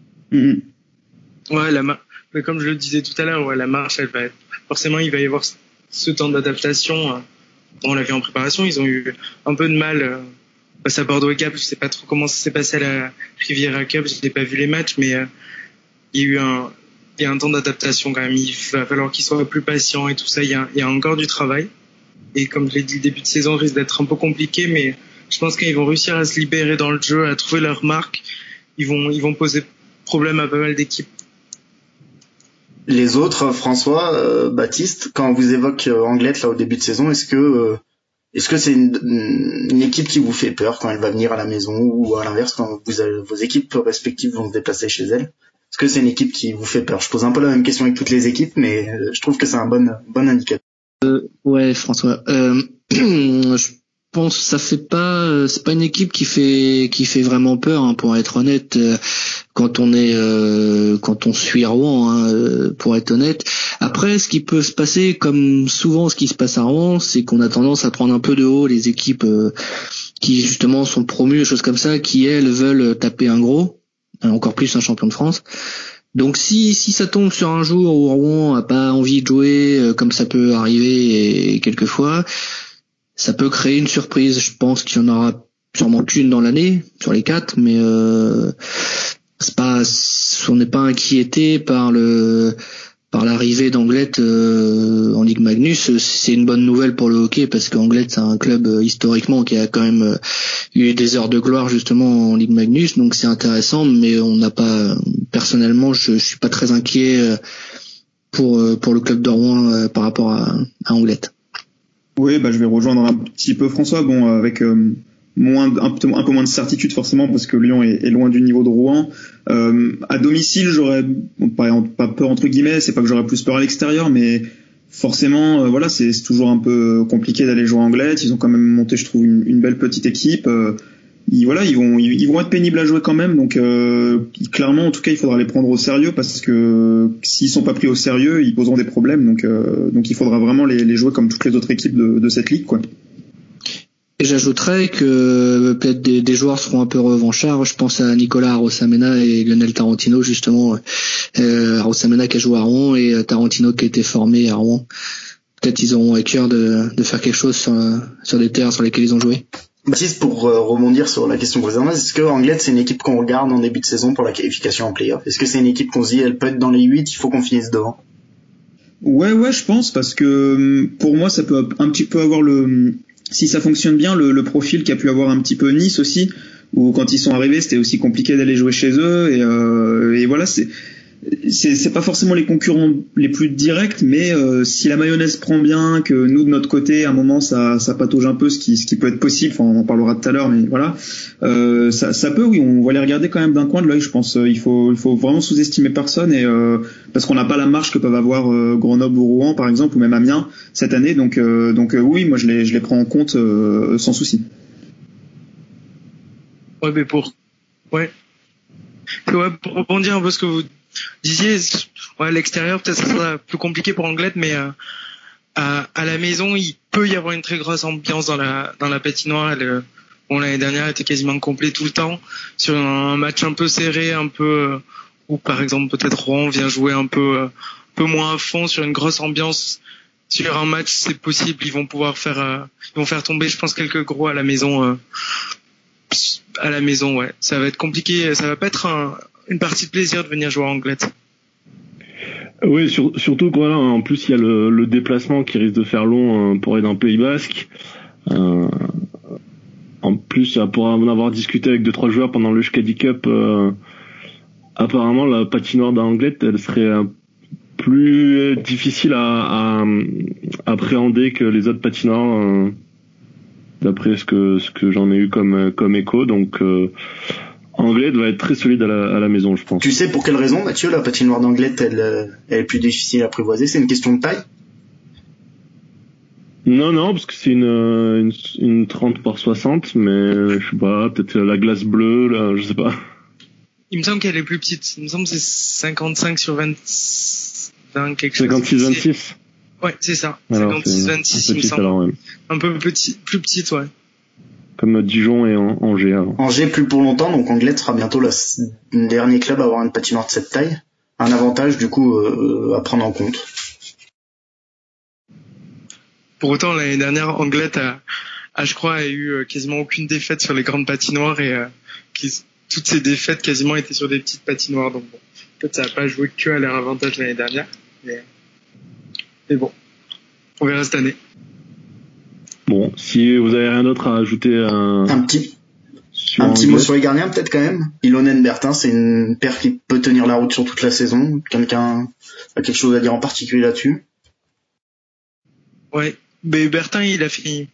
S5: Ouais, mais comme je le disais tout à l'heure, la marche, elle va être, forcément, il va y avoir ce temps d'adaptation. On l'a vu en préparation, ils ont eu un peu de mal, à Bordeaux Cup. Je sais pas trop comment ça s'est passé à la Riviera Cup, je n'ai pas vu les matchs, mais il y a un temps d'adaptation quand même. Il va falloir qu'ils soient plus patients et tout ça. Il y a encore du travail. Et comme je l'ai dit, le début de saison risque d'être un peu compliqué, mais je pense qu'ils vont réussir à se libérer dans le jeu, à trouver leur marque. Ils vont poser problème à pas mal d'équipes.
S2: Les autres, François, Baptiste, quand on vous évoque Anglet là au début de saison, est-ce que c'est une équipe qui vous fait peur quand elle va venir à la maison, ou à l'inverse quand vos équipes respectives vont se déplacer chez elles? Est-ce que c'est une équipe qui vous fait peur? Je pose un peu la même question avec toutes les équipes, mais je trouve que c'est un bon indicateur.
S4: Ouais, François. Je pense que c'est pas une équipe qui fait vraiment peur, pour être honnête. Quand on suit Rouen, pour être honnête. Après, ce qui peut se passer, comme souvent ce qui se passe à Rouen, c'est qu'on a tendance à prendre un peu de haut les équipes qui justement sont promues, des choses comme ça, qui elles veulent taper un gros, encore plus un champion de France. Donc si ça tombe sur un jour où Rouen a pas envie de jouer, comme ça peut arriver et quelquefois, ça peut créer une surprise. Je pense qu'il y en aura sûrement qu'une dans l'année sur les 4, mais on n'est pas inquiété par l'arrivée d'Anglet en Ligue Magnus. C'est une bonne nouvelle pour le hockey, parce qu'Anglet c'est un club historiquement qui a quand même eu des heures de gloire justement en Ligue Magnus, donc c'est intéressant, mais on n'a pas, personnellement je suis pas très inquiet pour le club de Rouen par rapport à Anglet. Oui,
S3: je vais rejoindre un petit peu François, avec un peu moins de certitude forcément, parce que Lyon est loin du niveau de Rouen. À domicile, j'aurais pas peur entre guillemets, c'est pas que j'aurais plus peur à l'extérieur, mais forcément c'est toujours un peu compliqué d'aller jouer à Anglet. Ils ont quand même monté, je trouve, une belle petite équipe. Ils vont être pénibles à jouer quand même, donc clairement en tout cas il faudra les prendre au sérieux, parce que s'ils sont pas pris au sérieux, ils poseront des problèmes, donc il faudra vraiment les jouer comme toutes les autres équipes de cette ligue, quoi.
S4: Et j'ajouterais que peut-être des joueurs seront un peu revanchards. Je pense à Nicolas Arosamena et Lionel Tarantino, justement. Arosamena qui a joué à Rouen et Tarantino qui a été formé à Rouen. Peut-être ils auront à cœur de faire quelque chose sur des terres sur lesquelles ils ont joué.
S2: Baptiste, pour rebondir sur la question précédente, est-ce que Anglet c'est une équipe qu'on regarde en début de saison pour la qualification en play-off? Est-ce que c'est une équipe qu'on se dit elle peut être dans les 8, il faut qu'on finisse devant?
S3: Ouais, je pense, parce que pour moi ça peut un petit peu avoir si ça fonctionne bien, le profil qu'a pu avoir un petit peu Nice aussi, où quand ils sont arrivés c'était aussi compliqué d'aller jouer chez eux, et voilà, c'est pas forcément les concurrents les plus directs, mais si la mayonnaise prend bien, que nous de notre côté à un moment ça patauge un peu, ce qui peut être possible, on en parlera tout à l'heure, mais voilà, ça peut, oui, on va les regarder quand même d'un coin de l'œil, je pense. Il faut vraiment sous-estimer personne, et parce qu'on n'a pas la marge que peuvent avoir Grenoble ou Rouen par exemple, ou même Amiens cette année, donc oui, moi je les prends en compte sans souci.
S5: Ouais, mais pour Ouais. Ouais, pour rebondir un peu ce que vous disiez, ouais, à l'extérieur peut-être ça sera plus compliqué pour Anglet, mais à la maison il peut y avoir une très grosse ambiance dans la patinoire. L'année dernière elle était quasiment complet tout le temps sur un match un peu serré, un peu où par exemple peut-être Rouen vient jouer un peu moins à fond sur une grosse ambiance. Sur un match c'est possible, ils vont faire tomber je pense quelques gros à la maison. Ouais. Ça va être compliqué. Ça va pas être une partie de plaisir de venir jouer à Anglet.
S1: Oui, surtout quoi. En plus, il y a le déplacement qui risque de faire long pour aller dans le Pays Basque. En plus, pour en avoir discuté avec 2-3 joueurs pendant le Schkadi Cup, apparemment la patinoire d'Anglet, elle serait plus difficile à appréhender que les autres patinoires. D'après ce que j'en ai eu comme écho, donc Anglet va être très solide à la maison, je pense.
S2: Tu sais pour quelle raison, Mathieu, la patinoire d'Anglet elle est plus difficile à apprivoiser? C'est une question de taille?
S1: Non, parce que c'est une 30 par 60, mais je sais pas, peut-être la glace bleue, là, je sais pas.
S5: Il me semble qu'elle est plus petite. Il me semble que c'est 55 sur 20 quelque chose.
S1: 56-26.
S5: Ouais, c'est ça. 56-26, il me semble.
S1: Alors, ouais.
S5: Un peu plus petite, ouais.
S1: Comme Dijon et Angers. Alors.
S2: Angers plus pour longtemps, donc Anglet sera bientôt le dernier club à avoir une patinoire de cette taille. Un avantage, du coup, à prendre en compte.
S5: Pour autant, l'année dernière, Anglet je crois, a eu quasiment aucune défaite sur les grandes patinoires et toutes ces défaites quasiment étaient sur des petites patinoires. Donc bon, peut-être ça n'a pas joué que à leur avantage l'année dernière. Mais bon, on verra cette année.
S1: Bon, si vous avez rien d'autre à ajouter
S2: un petit mot sur les gardiens peut-être quand même. Ilonen Bertin, c'est une paire qui peut tenir la route sur toute la saison. Quelqu'un a quelque chose à dire en particulier là-dessus?
S5: Ouais, mais Bertin il a fait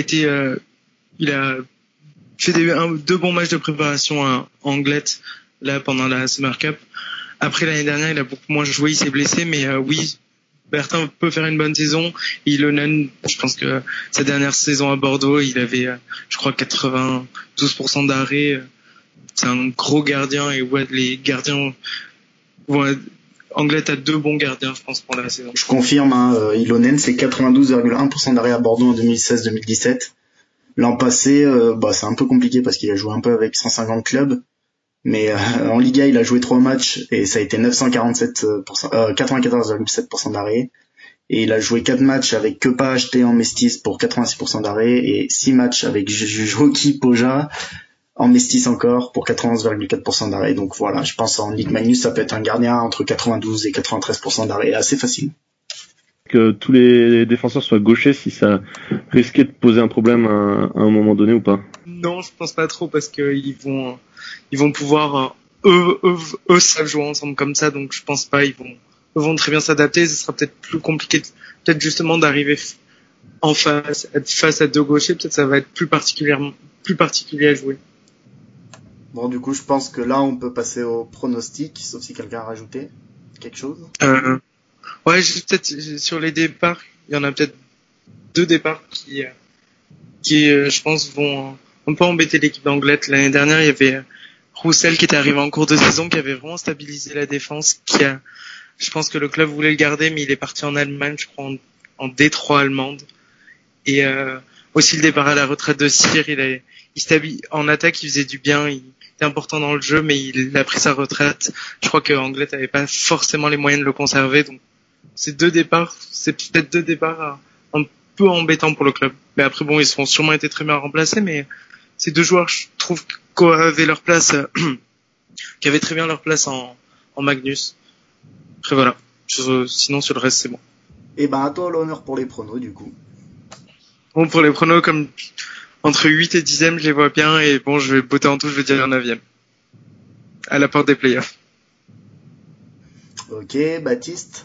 S5: deux bons matchs de préparation à Anglet là pendant la Summer Cup. Après l'année dernière il a beaucoup moins joué, il s'est blessé, mais oui. Bertin peut faire une bonne saison. Ilonen, je pense que sa dernière saison à Bordeaux, il avait, je crois, 92% d'arrêt. C'est un gros gardien et ouais, les gardiens, ouais, Anglet a deux bons gardiens, je pense, pour la saison.
S2: Je confirme, Ilonen, c'est 92,1% d'arrêt à Bordeaux en 2016-2017. L'an passé, c'est un peu compliqué parce qu'il a joué un peu avec 150 clubs. Mais en Liga, il a joué 3 matchs et ça a été 94,7% d'arrêt. Et il a joué 4 matchs avec Kepa acheté en Mestis pour 86% d'arrêt et 6 matchs avec Joki Poja en Mestis encore pour 91,4% d'arrêt. Donc voilà, je pense en Ligue Magnus, ça peut être un gardien entre 92 et 93% d'arrêt, assez facile.
S1: Que tous les défenseurs soient gauchers, si ça risquait de poser un problème à un moment donné ou pas?
S5: Non, je pense pas trop parce que ils vont pouvoir eux savent jouer ensemble comme ça, donc je pense pas, eux vont très bien s'adapter. Ce sera peut-être plus compliqué, peut-être justement d'arriver en face, être face à deux gauchers, peut-être ça va être plus particulier à jouer.
S2: Bon, du coup, je pense que là, on peut passer au pronostic, sauf si quelqu'un a rajouté quelque chose.
S5: Ouais, peut-être sur les départs, il y en a peut-être 2 départs qui je pense vont un peu embêter l'équipe d'Anglet. L'année dernière, il y avait Roussel qui était arrivé en cours de saison, qui avait vraiment stabilisé la défense, je pense que le club voulait le garder, mais il est parti en Allemagne, je crois, en D3 allemande. Et aussi le départ à la retraite de Cyr, en attaque, il faisait du bien, il était important dans le jeu, mais il a pris sa retraite. Je crois que Anglet n'avait pas forcément les moyens de le conserver, donc c'est peut-être 2 départs un peu embêtants pour le club. Mais après, bon, ils ont sûrement été très bien remplacés, mais ces 2 joueurs, je trouve, qui avaient leur place, qui avaient très bien leur place en Magnus. Après, voilà. Sinon, sur le reste, c'est bon.
S2: Et à toi l'honneur pour les pronos, du coup.
S5: Bon, pour les pronos, comme entre 8 et 10e, je les vois bien, et bon, je vais botter en tout, je vais dire 9e. À la porte des playoffs.
S2: Ok, Baptiste?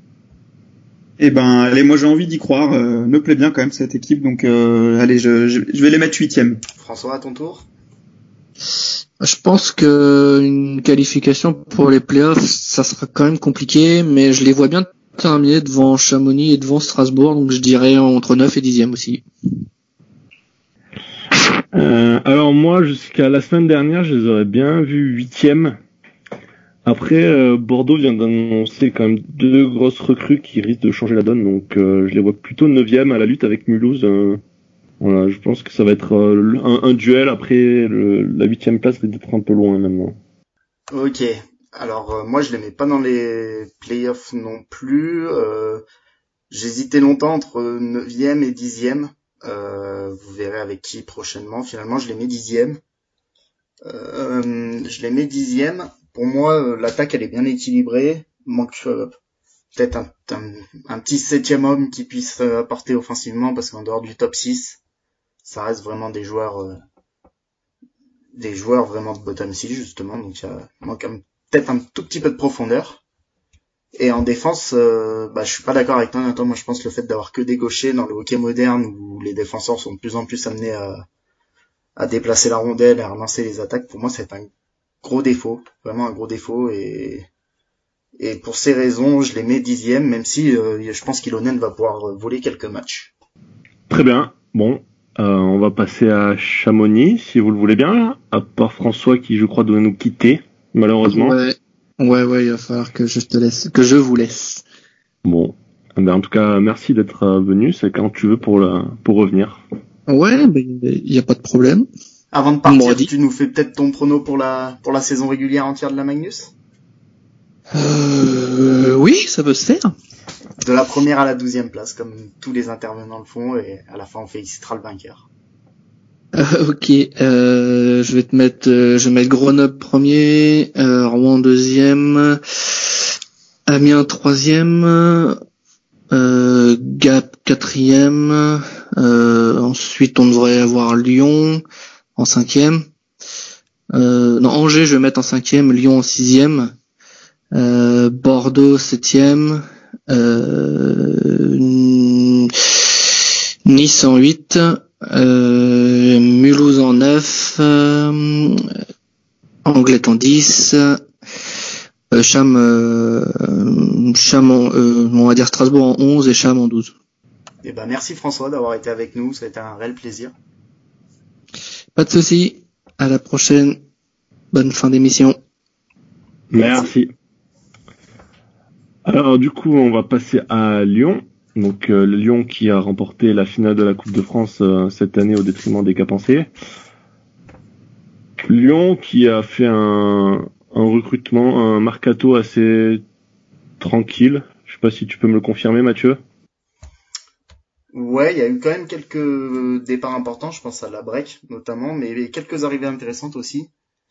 S3: Allez, moi j'ai envie d'y croire, me plaît bien quand même cette équipe, donc allez, je vais les mettre 8e.
S2: François, à ton tour?
S4: Je pense que une qualification pour les playoffs, ça sera quand même compliqué, mais je les vois bien terminer devant Chamonix et devant Strasbourg, donc je dirais entre 9 et 10e aussi.
S1: Alors moi, jusqu'à la semaine dernière, je les aurais bien vus 8e. Après, Bordeaux vient d'annoncer quand même 2 grosses recrues qui risquent de changer la donne, donc je les vois plutôt 9e à la lutte avec Mulhouse. Voilà, je pense que ça va être un duel. Après, la 8e place risque d'être un peu loin maintenant.
S2: Ok. Alors moi je les mets pas dans les playoffs non plus. J'hésitais longtemps entre 9e et 10e. Vous verrez avec qui prochainement. Finalement je les mets 10e. Je les mets 10e. Pour moi l'attaque elle est bien équilibrée. Manque peut-être un petit 7e homme qui puisse apporter offensivement, parce qu'en dehors du top 6, ça reste vraiment des joueurs vraiment de bottom 6 justement. Donc il manque peut-être un tout petit peu de profondeur. Et en défense, je suis pas d'accord avec toi, Nathan. Moi, je pense que le fait d'avoir que des gauchers dans le hockey moderne, où les défenseurs sont de plus en plus amenés à déplacer la rondelle et à relancer les attaques, pour moi, c'est un gros défaut, vraiment un gros défaut. Et pour ces raisons, je les mets 10e, même si je pense qu'Ilonen va pouvoir voler quelques matchs.
S1: Très bien. Bon, on va passer à Chamonix, si vous le voulez bien. À part François, qui je crois doit nous quitter, malheureusement.
S4: Ouais, il va falloir que je vous laisse.
S1: Bon, en tout cas, merci d'être venu. C'est quand tu veux pour revenir.
S4: Ouais, il y a pas de problème.
S2: Avant de partir, tu nous fais peut-être ton prono pour la saison régulière entière de la Magnus?
S4: Oui, ça peut se faire.
S2: De la première à la 12e place, comme tous les intervenants le font, et à la fin on félicitera le vainqueur.
S4: Ok, je vais mettre Grenoble premier, Rouen deuxième, Amiens troisième, Gap quatrième, ensuite on devrait avoir Lyon en cinquième, Angers je vais mettre en cinquième, Lyon en sixième, Bordeaux septième, Nice en 8, Mulhouse en 9, Anglet en 10, Cham on va dire Strasbourg en 11 et Cham en 12.
S2: Eh ben, merci François d'avoir été avec nous, ça a été un réel plaisir.
S4: Pas de souci, à la prochaine, bonne fin d'émission.
S1: Merci. Alors du coup, on va passer à Lyon. Donc le Lyon qui a remporté la finale de la Coupe de France cette année au détriment des Capencés. Lyon qui a fait un recrutement, un mercato assez tranquille. Je sais pas si tu peux me le confirmer, Mathieu.
S2: Ouais, il y a eu quand même quelques départs importants, je pense à la break notamment, mais quelques arrivées intéressantes aussi.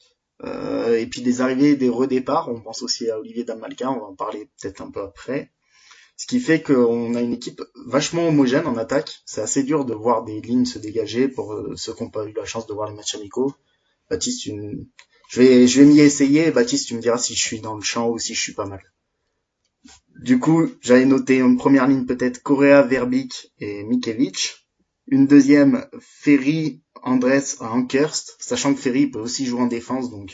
S2: Et puis des arrivées et des redéparts. On pense aussi à Olivier Damalka, on va en parler peut-être un peu après. Ce qui fait qu'on a une équipe vachement homogène en attaque. C'est assez dur de voir des lignes se dégager pour ceux qui n'ont pas eu la chance de voir les matchs amicaux. Baptiste, je vais m'y essayer. Baptiste, tu me diras si je suis dans le champ ou si je suis pas mal. Du coup, j'avais noté en première ligne peut-être Correa, Verbeek et Mikiewicz. Une deuxième, Ferry, Andres, Ankerst, sachant que Ferry peut aussi jouer en défense, donc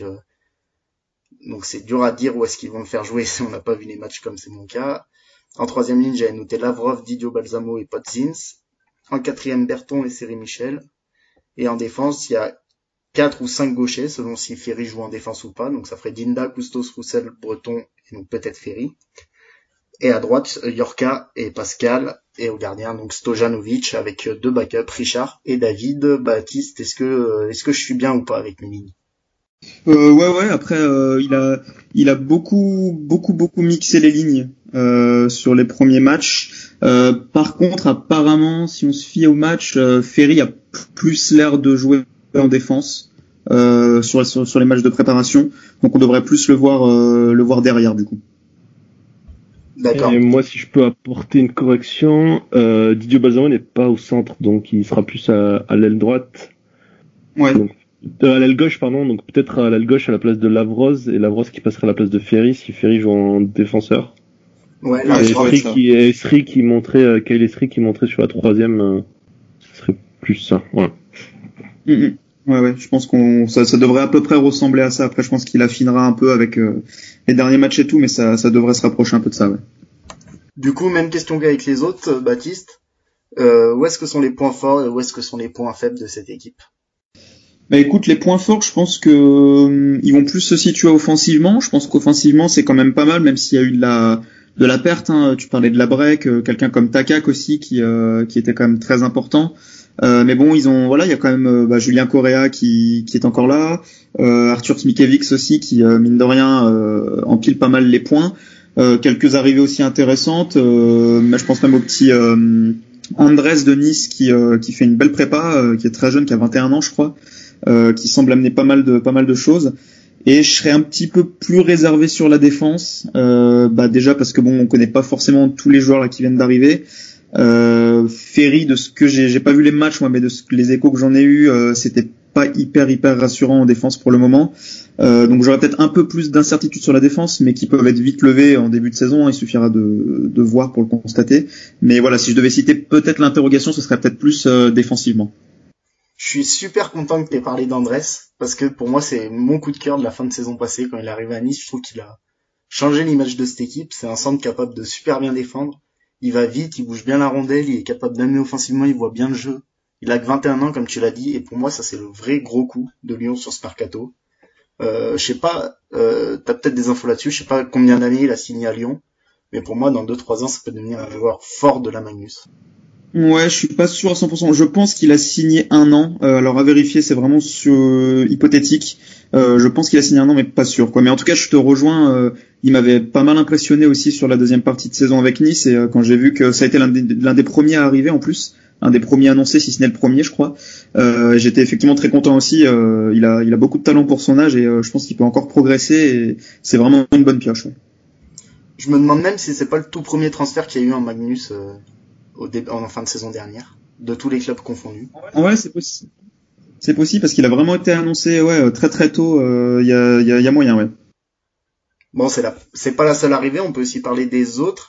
S2: c'est dur à dire où est-ce qu'ils vont le faire jouer si on n'a pas vu les matchs comme c'est mon cas. En troisième ligne, j'avais noté Lavrov, Didio Balsamo et Potzins. En quatrième, Berton et Seri Michel. Et en défense, il y a 4 ou 5 gauchers, selon si Ferry joue en défense ou pas. Donc ça ferait Dinda, Custos, Roussel, Breton et donc peut-être Ferry. Et à droite, Yorka et Pascal. Et au gardien, donc Stojanovic avec 2 backups, Richard et David. Baptiste, est-ce que je suis bien ou pas avec mes lignes?
S3: Ouais. Après, il a beaucoup mixé les lignes sur les premiers matchs. Par contre, apparemment, si on se fie au match, Ferry a plus l'air de jouer en défense sur les matchs de préparation. Donc, on devrait plus le voir derrière du coup.
S2: D'accord.
S1: Et moi, si je peux apporter une correction, Didio Balsamo n'est pas au centre, donc il sera plus à l'aile droite.
S3: Ouais.
S1: Donc, à l'aile gauche, pardon, donc peut-être à l'aile gauche à la place de Lavroz, et Lavroz qui passerait à la place de Ferry si Ferry joue en défenseur.
S2: Ouais, là,
S1: et Esri qui montrait, Kyle Esri qui montrait sur la troisième, ce serait plus ça, voilà.
S3: Ouais, je pense ça devrait à peu près ressembler à ça. Après, je pense qu'il affinera un peu avec les derniers matchs et tout, mais ça devrait se rapprocher un peu de ça, ouais.
S2: Du coup, même question qu'avec les autres, Baptiste. Où est-ce que sont les points forts et où est-ce que sont les points faibles de cette équipe?
S3: Bah écoute, les points forts, je pense que ils vont plus se situer offensivement. Je pense qu'offensivement, c'est quand même pas mal, même s'il y a eu de la perte. Hein. Tu parlais de la break, quelqu'un comme Takak aussi qui était quand même très important. Mais bon, il y a quand même Julien Correa qui est encore là, Arthur Smikiewicz aussi qui mine de rien empile pas mal les points. Quelques arrivées aussi intéressantes. Mais je pense même au petit Andrés de Nice qui fait une belle prépa, qui est très jeune, qui a 21 ans, je crois. Qui semble amener pas mal de choses. Et je serais un petit peu plus réservé sur la défense, déjà parce que on connaît pas forcément tous les joueurs là qui viennent d'arriver. Ferry, de ce que j'ai pas vu les matchs moi, mais les échos que j'en ai eu, c'était pas hyper rassurant en défense pour le moment. Donc j'aurais peut-être un peu plus d'incertitude sur la défense, mais qui peuvent être vite levées en début de saison. Il suffira de voir pour le constater. Mais voilà, si je devais citer peut-être l'interrogation, ce serait peut-être plus défensivement.
S2: Je suis super content que tu aies parlé d'Andrés, parce que pour moi, c'est mon coup de cœur de la fin de saison passée. Quand il est arrivé à Nice, je trouve qu'il a changé l'image de cette équipe. C'est un centre capable de super bien défendre. Il va vite, il bouge bien la rondelle, il est capable d'amener offensivement, il voit bien le jeu. Il a que 21 ans, comme tu l'as dit, et pour moi, ça c'est le vrai gros coup de Lyon sur ce mercato. Je sais pas, t'as peut-être des infos là-dessus, je sais pas combien d'années il a signé à Lyon, mais pour moi, dans 2-3 ans, ça peut devenir un joueur fort de la Magnus.
S3: Ouais, je suis pas sûr à 100%. Je pense qu'il a signé 1 an. Alors à vérifier, c'est vraiment hypothétique. Je pense qu'il a signé 1 an, mais pas sûr, quoi. Mais en tout cas, je te rejoins. Il m'avait pas mal impressionné aussi sur la deuxième partie de saison avec Nice. Et quand j'ai vu que ça a été l'un des premiers à arriver en plus, un des premiers annoncés, si ce n'est le premier, je crois. J'étais effectivement très content aussi. Il a beaucoup de talent pour son âge et je pense qu'il peut encore progresser. Et c'est vraiment une bonne pioche. Ouais.
S2: Je me demande même si c'est pas le tout premier transfert qu'il y a eu en Magnus. En fin de saison dernière, de tous les clubs confondus.
S3: Ouais, c'est possible. C'est possible parce qu'il a vraiment été annoncé, très tôt. Il y a moyen, ouais.
S2: Bon, c'est pas la seule arrivée. On peut aussi parler des autres.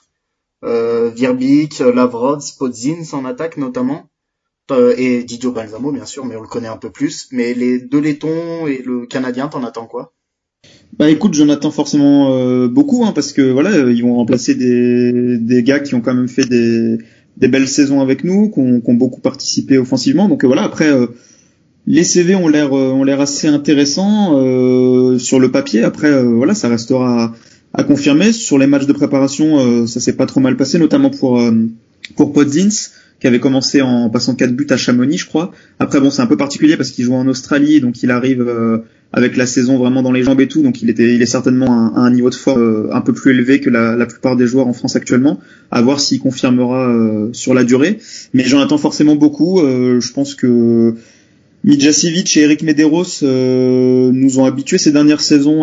S2: Virbic, Lavrov, Spodzins en attaque notamment, et Didio Balsamo bien sûr, mais on le connaît un peu plus. Mais les deux Lettons et le Canadien, t'en attends quoi?
S3: Bah écoute, j'en attends forcément beaucoup, hein, parce que voilà, ils vont remplacer des gars qui ont quand même fait des belles saisons avec nous, qui ont beaucoup participé offensivement. Donc voilà, après les CV ont l'air assez intéressants sur le papier. Après voilà, ça restera à confirmer. Sur les matchs de préparation, ça s'est pas trop mal passé, notamment pour Podzins, qui avait commencé en passant 4 buts à Chamonix, je crois. Après bon, c'est un peu particulier parce qu'il joue en Australie, donc il arrive avec la saison vraiment dans les jambes et tout, donc il est certainement à un niveau de forme un peu plus élevé que la plupart des joueurs en France actuellement. À voir s'il confirmera sur la durée. Mais j'en attends forcément beaucoup. Je pense que Midjasevic et Eric Medeiros nous ont habitués ces dernières saisons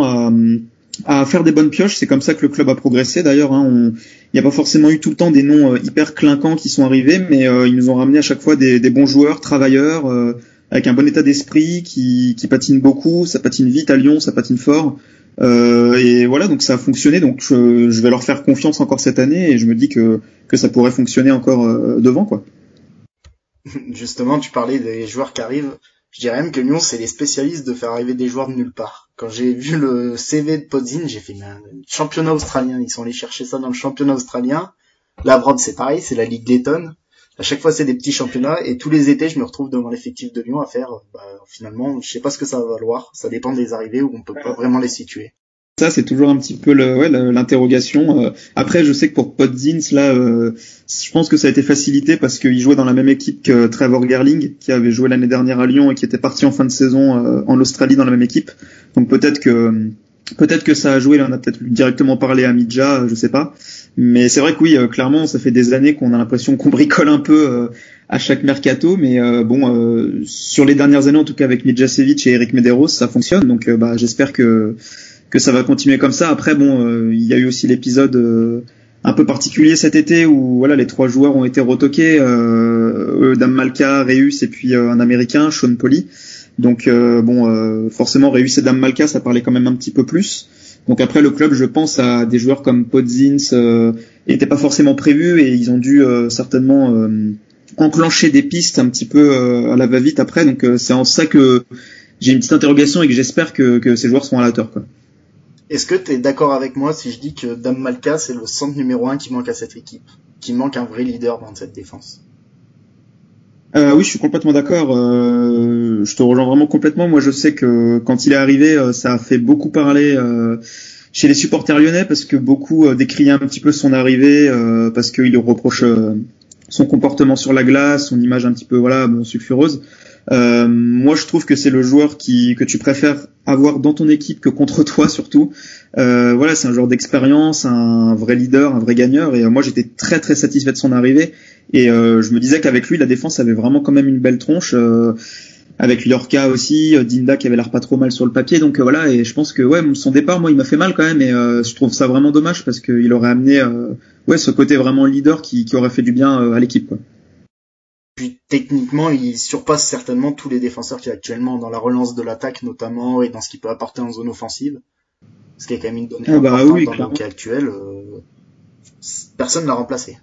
S3: à faire des bonnes pioches. C'est comme ça que le club a progressé d'ailleurs. Hein. Il n'y a pas forcément eu tout le temps des noms hyper clinquants qui sont arrivés, mais ils nous ont ramené à chaque fois des bons joueurs, travailleurs, avec un bon état d'esprit, qui patine beaucoup. Ça patine vite à Lyon, ça patine fort. Et voilà, donc ça a fonctionné. Donc je vais leur faire confiance encore cette année et je me dis que ça pourrait fonctionner encore devant, quoi.
S2: Justement, tu parlais des joueurs qui arrivent. Je dirais même que Lyon, c'est les spécialistes de faire arriver des joueurs de nulle part. Quand j'ai vu le CV de Podzin, j'ai fait championnat australien. Ils sont allés chercher ça dans le championnat australien. Lavrov, c'est pareil, c'est la Ligue lettonne. À chaque fois, c'est des petits championnats. Et tous les étés, je me retrouve devant l'effectif de Lyon à faire, finalement, je sais pas ce que ça va valoir. Ça dépend des arrivées où on peut pas vraiment les situer.
S3: Ça, c'est toujours un petit peu l'interrogation. Après, je sais que pour Podzins, là, je pense que ça a été facilité parce qu'il jouait dans la même équipe que Trevor Gerling, qui avait joué l'année dernière à Lyon et qui était parti en fin de saison en Australie dans la même équipe. Donc peut-être que ça a joué. Là, on a peut-être directement parlé à Midja, je sais pas. Mais c'est vrai que oui, clairement, ça fait des années qu'on a l'impression qu'on bricole un peu à chaque mercato. Mais sur les dernières années, en tout cas avec Midjasevic et Eric Medeiros, ça fonctionne. Donc j'espère que ça va continuer comme ça. Après, il y a eu aussi l'épisode un peu particulier cet été où voilà, les 3 joueurs ont été retoqués, Dame Malka, Reus et puis un Américain, Sean Polly. Donc forcément Reus et Dame Malka, ça parlait quand même un petit peu plus. Donc après, le club, je pense à des joueurs comme Podzins, n'étaient pas forcément prévus et ils ont dû certainement enclencher des pistes un petit peu à la va-vite après. Donc c'est en ça que j'ai une petite interrogation et que j'espère que ces joueurs seront à la hauteur, quoi.
S2: Est-ce que tu es d'accord avec moi si je dis que Dame Malka, c'est le centre numéro 1 qui manque à cette équipe, qui manque un vrai leader dans cette défense?
S3: Oui, je suis complètement d'accord. Je te rejoins vraiment complètement. Moi, je sais que quand il est arrivé, ça a fait beaucoup parler chez les supporters lyonnais parce que beaucoup décriaient un petit peu son arrivée parce qu'il lui reproche son comportement sur la glace, son image un petit peu sulfureuse. Moi, je trouve que c'est le joueur que tu préfères avoir dans ton équipe que contre toi surtout. C'est un joueur d'expérience, un vrai leader, un vrai gagneur. Et moi, j'étais très très satisfait de son arrivée. Et je me disais qu'avec lui, la défense avait vraiment quand même une belle tronche. Avec Llorca aussi, Dinda qui avait l'air pas trop mal sur le papier. Donc et je pense que son départ, moi, il m'a fait mal quand même. Et je trouve ça vraiment dommage parce qu'il aurait amené ce côté vraiment leader qui aurait fait du bien à l'équipe, quoi.
S2: Puis techniquement, il surpasse certainement tous les défenseurs qui actuellement dans la relance de l'attaque notamment et dans ce qu'il peut apporter en zone offensive. Ce qui est quand même une donnée importante dans le hockey actuel. Personne l'a remplacé.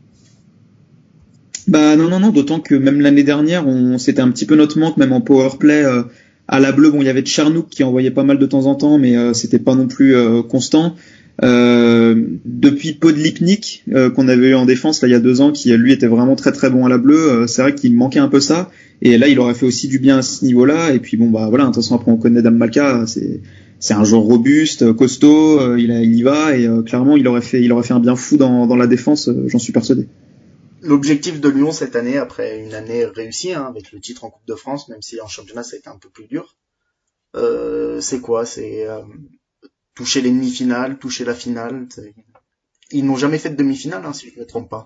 S3: Non, d'autant que même l'année dernière, c'était un petit peu notre manque, même en powerplay. À la bleue, il y avait Tchernouk qui envoyait pas mal de temps en temps, mais c'était pas non plus constant. Depuis Podlipnik qu'on avait eu en défense là il y a 2 ans, qui lui était vraiment très très bon à la bleue, c'est vrai qu'il manquait un peu ça, et là il aurait fait aussi du bien à ce niveau-là. Et puis de toute façon après on connaît Dame Malka, c'est un joueur robuste, costaud, il y va, et clairement il aurait fait un bien fou dans la défense, j'en suis persuadé.
S2: L'objectif de Lyon cette année, après une année réussie avec le titre en Coupe de France, même si en championnat ça a été un peu plus dur, c'est quoi? C'est toucher les demi-finales, toucher la finale. Ils n'ont jamais fait de demi-finale, si je ne me trompe pas.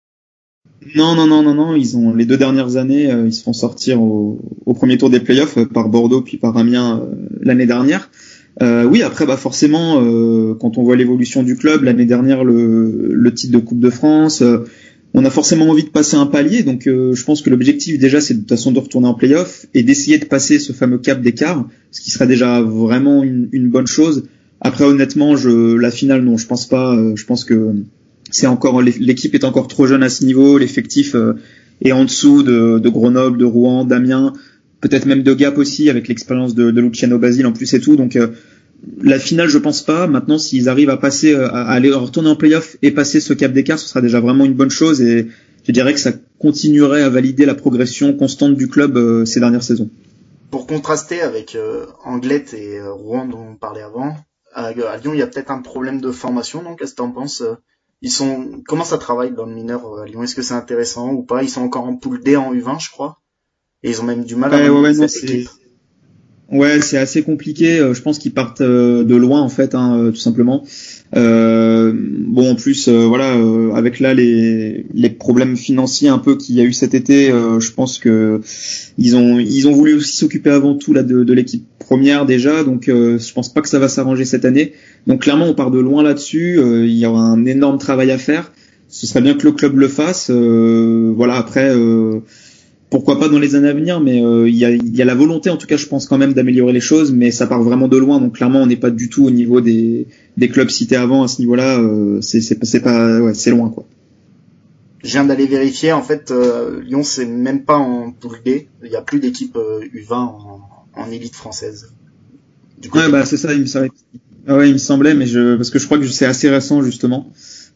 S3: Non. Ils ont les 2 dernières années, ils se font sortir au premier tour des playoffs par Bordeaux puis par Amiens l'année dernière. Oui, après forcément, quand on voit l'évolution du club, l'année dernière le titre de Coupe de France, on a forcément envie de passer un palier. Donc je pense que l'objectif déjà c'est de toute façon de retourner en playoff et d'essayer de passer ce fameux cap d'écart, ce qui serait déjà vraiment une bonne chose. Après honnêtement, la finale non, je pense pas. Je pense que c'est encore l'équipe est encore trop jeune à ce niveau, l'effectif est en dessous de Grenoble, de Rouen, d'Amiens, peut-être même de Gap aussi avec l'expérience de Luciano Basile en plus et tout. Donc la finale, je pense pas. Maintenant, s'ils arrivent à passer, à aller retourner en play-off et passer ce cap d'écart, ce sera déjà vraiment une bonne chose. Et je dirais que ça continuerait à valider la progression constante du club ces dernières saisons.
S2: Pour contraster avec Anglet et Rouen dont on parlait avant, à Lyon, il y a peut-être un problème de formation. Donc, qu'est-ce que t'en penses? Comment ça travaille dans le mineur à Lyon? Est-ce que c'est intéressant ou pas? Ils sont encore en poule D en U20, je crois. Et ils ont même du mal à mener cette équipe.
S3: Ouais, c'est assez compliqué. Je pense qu'ils partent de loin en fait, tout simplement. En plus, avec là les problèmes financiers un peu qu'il y a eu cet été, je pense que ils ont voulu aussi s'occuper avant tout là de l'équipe première déjà. Donc, je pense pas que ça va s'arranger cette année. Donc, clairement, on part de loin là-dessus. Il y aura un énorme travail à faire. Ce serait bien que le club le fasse. Après. Pourquoi pas dans les années à venir, mais il y a la volonté en tout cas, je pense quand même d'améliorer les choses, mais ça part vraiment de loin. Donc clairement, on n'est pas du tout au niveau des clubs cités avant à ce niveau-là. C'est loin quoi.
S2: Je viens d'aller vérifier. En fait, Lyon c'est même pas en poule D. Il y a plus d'équipe U20 en élite française.
S3: C'est ça. Il me semblait, mais parce que je crois que c'est assez récent justement.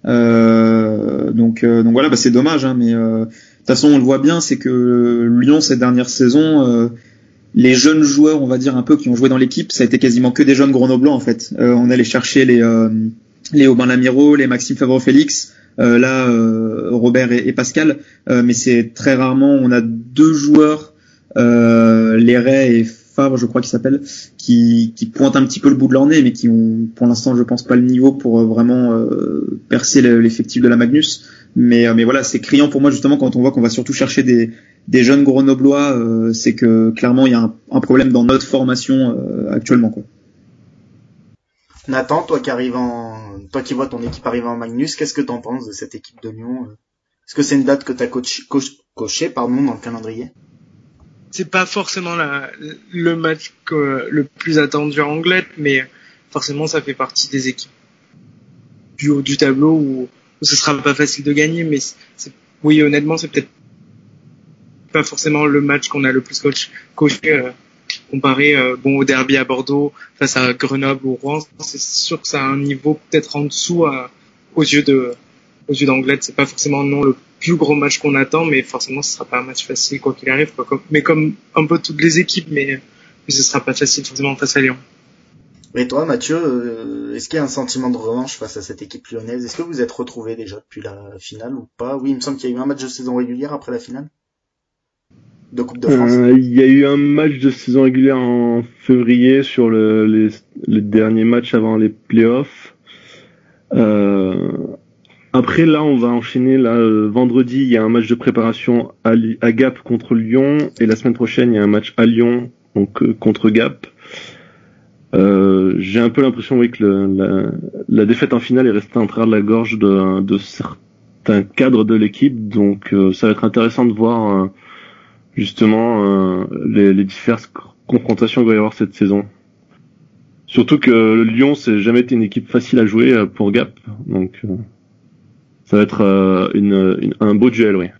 S3: Donc voilà, c'est dommage, mais de toute façon, on le voit bien, c'est que Lyon, cette dernière saison, les jeunes joueurs, on va dire un peu, qui ont joué dans l'équipe, ça a été quasiment que des jeunes grenoblois en fait. On allait chercher les Aubin Lamiro, les Maxime Favre-Félix, Robert et Pascal, mais c'est très rarement, on a 2 joueurs, Léret et Favre, je crois qu'ils s'appellent, qui pointent un petit peu le bout de leur nez, mais qui ont, pour l'instant, je pense pas le niveau pour vraiment percer l'effectif de la Magnus. Mais voilà, c'est criant pour moi justement quand on voit qu'on va surtout chercher des jeunes grenoblois, c'est que clairement il y a un problème dans notre formation actuellement quoi.
S2: Nathan, toi qui vois ton équipe arriver en Magnus, qu'est-ce que t'en penses de cette équipe de Lyon? Est-ce que c'est une date que t'as coché dans le calendrier?
S5: C'est pas forcément le match le plus attendu à Anglet, mais forcément ça fait partie des équipes du haut du tableau où ce sera pas facile de gagner, mais oui, honnêtement, c'est peut-être pas forcément le match qu'on a le plus coché comparé au derby à Bordeaux face à Grenoble ou Rouen. C'est sûr que ça a un niveau peut-être en dessous aux yeux d'Anglet. C'est pas forcément non le plus gros match qu'on attend, mais forcément ce sera pas un match facile quoi qu'il arrive, quoi. Mais comme un peu toutes les équipes, mais ce sera pas facile forcément face à Lyon.
S2: Et toi, Mathieu, est-ce qu'il y a un sentiment de revanche face à cette équipe lyonnaise? Est-ce que vous êtes retrouvés déjà depuis la finale ou pas? Oui, il me semble qu'il y a eu un match de saison régulière après la finale de Coupe de France.
S1: Il y a eu un match de saison régulière en février sur les derniers matchs avant les playoffs. Après, là, on va enchaîner. Là, vendredi, il y a un match de préparation à Gap contre Lyon, et la semaine prochaine, il y a un match à Lyon, donc contre Gap. J'ai un peu l'impression, oui, que la défaite en finale est restée en travers de la gorge de certains cadres de l'équipe, donc ça va être intéressant de voir justement les diverses confrontations qu'il va y avoir cette saison. Surtout que Lyon, c'est jamais été une équipe facile à jouer pour Gap, donc ça va être un beau duel, oui.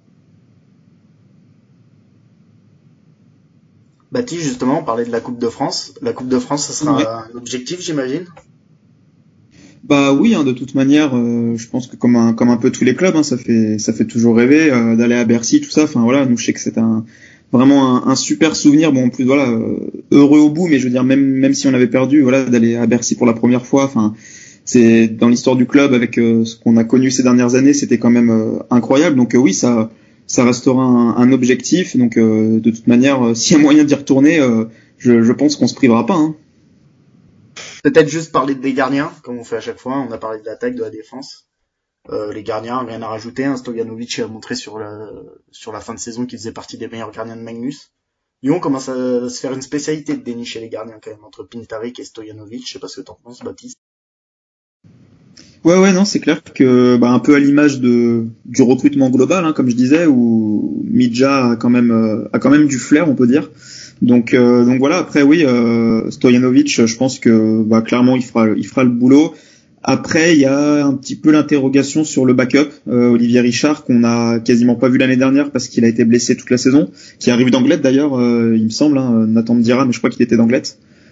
S2: Baptiste, justement, on parlait de la Coupe de France. La Coupe de France, ça sera un objectif, j'imagine?
S3: Bah oui, de toute manière, je pense que comme un peu tous les clubs, ça fait toujours rêver d'aller à Bercy, tout ça. Enfin voilà, nous je sais que c'est vraiment un super souvenir. Bon, en plus voilà, heureux au bout, mais je veux dire même si on avait perdu, voilà, d'aller à Bercy pour la première fois. Enfin, c'est dans l'histoire du club avec ce qu'on a connu ces dernières années, c'était quand même incroyable. Donc oui, ça restera un objectif. Donc de toute manière, s'il y a moyen d'y retourner, je pense qu'on se privera pas.
S2: Peut-être juste parler des gardiens, comme on fait à chaque fois. On a parlé de l'attaque, de la défense. Les gardiens, rien à rajouter. Stojanovic a montré sur la fin de saison qu'il faisait partie des meilleurs gardiens de Magnus. Lyon commence à se faire une spécialité de dénicher les gardiens quand même, entre Pintaric et Stojanovic. Je sais pas ce que t'en penses, Baptiste.
S3: Ouais, non, c'est clair que un peu à l'image du recrutement global, comme je disais, où Midja a quand même du flair, on peut dire. Donc voilà. Après oui, Stojanovic, je pense que clairement il fera le boulot. Après il y a un petit peu l'interrogation sur le backup, Olivier Richard, qu'on a quasiment pas vu l'année dernière parce qu'il a été blessé toute la saison, qui arrive d'Anglet d'ailleurs, il me semble. Nathan me dira, mais je crois qu'il était d'Anglet.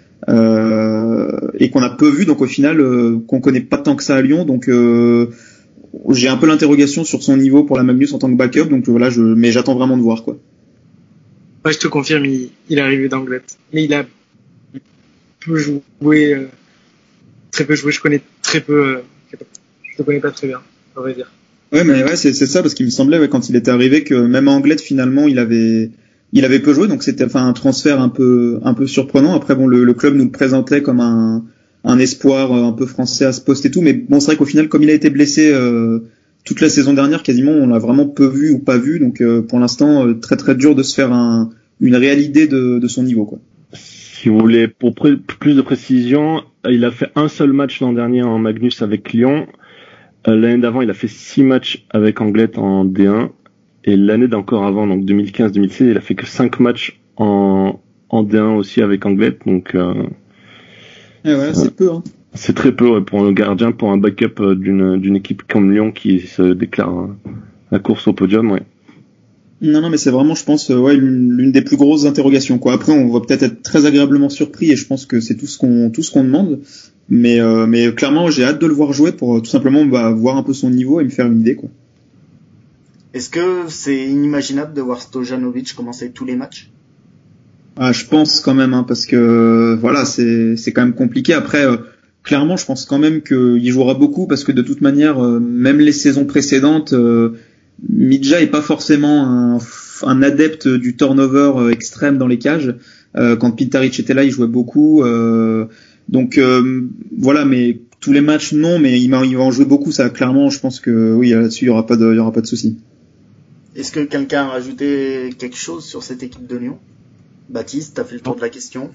S3: Et qu'on a peu vu, donc au final qu'on connaît pas tant que ça à Lyon, donc j'ai un peu l'interrogation sur son niveau pour la Magnus en tant que backup, donc voilà, mais j'attends vraiment de voir quoi.
S5: Ouais, je te confirme, il est arrivé d'Anglet, mais il a peu joué, très peu joué. Je connais très peu, je le connais pas très bien, on va dire.
S3: Ouais, mais ouais, c'est ça, parce qu'il me semblait quand il était arrivé que même à Anglet finalement il avait peu joué, donc c'était un transfert un peu surprenant. Après bon, le club nous le présentait comme un espoir un peu français à ce poste et tout, mais bon, c'est vrai qu'au final, comme il a été blessé toute la saison dernière, quasiment on l'a vraiment peu vu ou pas vu, donc pour l'instant très très dur de se faire une réelle idée de son niveau quoi.
S1: Si vous voulez, pour plus de précision, il a fait un seul match l'an dernier en Magnus avec Lyon. L'année d'avant, il a fait 6 matchs avec Anglet en D1. Et l'année d'encore avant, donc 2015-2016, il a fait que 5 matchs en D1 aussi avec Anglet, donc
S3: c'est peu.
S1: C'est très peu pour un gardien, pour un backup d'une équipe comme Lyon qui se déclare la course au podium, ouais.
S3: Non, mais c'est vraiment, je pense, l'une des plus grosses interrogations, quoi. Après, on va peut-être être très agréablement surpris, et je pense que c'est tout ce qu'on demande. Mais clairement, j'ai hâte de le voir jouer pour tout simplement voir un peu son niveau et me faire une idée, quoi.
S2: Est-ce que c'est inimaginable de voir Stojanovic commencer tous les matchs?
S3: Je pense quand même, parce que voilà, c'est quand même compliqué. Après, clairement, je pense quand même qu'il jouera beaucoup, parce que de toute manière, même les saisons précédentes, Midja est pas forcément un adepte du turnover extrême dans les cages. Quand Pintaric était là, il jouait beaucoup. Donc voilà, mais tous les matchs non, mais il va en jouer beaucoup. Ça, clairement, je pense que oui, là-dessus, il y aura pas de souci.
S2: Est-ce que quelqu'un a rajouté quelque chose sur cette équipe de Lyon? Baptiste, t'as fait le tour de la question.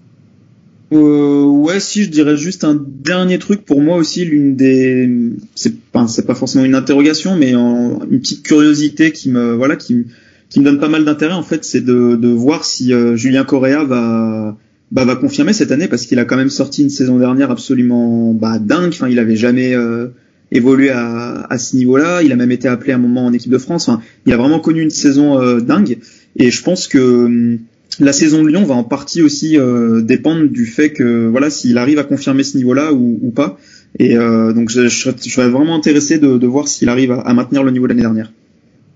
S3: Ouais, si, je dirais juste un dernier truc pour moi aussi, c'est pas forcément une interrogation, mais une petite curiosité qui me donne pas mal d'intérêt en fait, c'est de voir si Julien Correa va confirmer cette année, parce qu'il a quand même sorti une saison dernière absolument dingue. Enfin, il avait jamais évolué à ce niveau-là. Il a même été appelé à un moment en équipe de France. Enfin, il a vraiment connu une saison dingue. Et je pense que la saison de Lyon va en partie aussi dépendre du fait que s'il arrive à confirmer ce niveau-là ou pas. Et donc je serais vraiment intéressé de voir s'il arrive à maintenir le niveau de l'année dernière.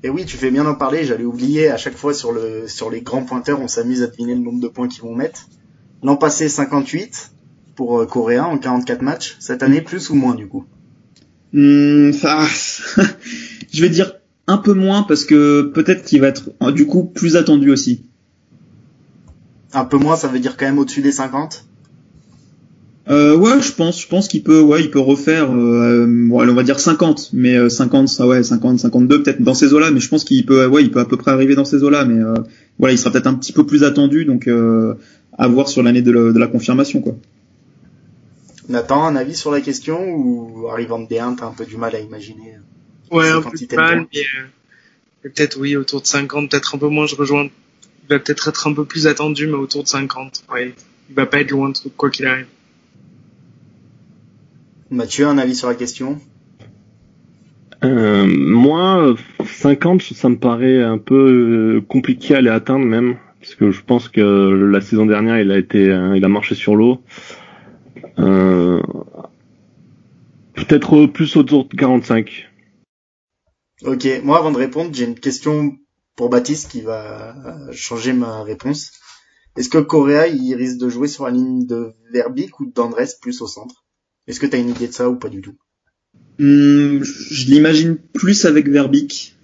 S2: Et oui, tu fais bien d'en parler, j'allais oublier, à chaque fois sur les grands pointeurs, on s'amuse à deviner le nombre de points qu'ils vont mettre. L'an passé, 58 pour Correa en 44 matchs. Cette année, plus ou moins du coup?
S3: Je vais dire un peu moins parce que peut-être qu'il va être du coup plus attendu aussi.
S2: Un peu moins, ça veut dire quand même au-dessus des 50?
S3: Ouais, je pense qu'il peut refaire, bon, allez, on va dire 50, mais 50, ça, ouais, 50, 52, peut-être dans ces eaux-là, mais je pense qu'il peut, il peut à peu près arriver dans ces eaux-là, mais voilà, il sera peut-être un petit peu plus attendu, donc à voir sur l'année de la confirmation, quoi.
S2: Nathan, un avis sur la question, ou arrivant de D1, t'as un peu du mal à imaginer?
S5: Ouais, un peu de mal, mais peut-être oui, autour de 50, peut-être un peu moins, je rejoins. Il va peut-être être un peu plus attendu, mais autour de 50, ouais. Il va pas être loin de truc, quoi qu'il arrive.
S2: Mathieu, un avis sur la question?
S1: Moi, 50, ça me paraît un peu compliqué à les atteindre même, parce que je pense que la saison dernière, il a marché sur l'eau. Peut-être plus autour de 45.
S2: Ok, moi avant de répondre, j'ai une question pour Baptiste qui va changer ma réponse. Est-ce que Correa, il risque de jouer sur la ligne de Verbeek ou d'Andrés plus au centre? Est-ce que t'as une idée de ça ou pas du tout?
S3: Je l'imagine plus avec Verbeek,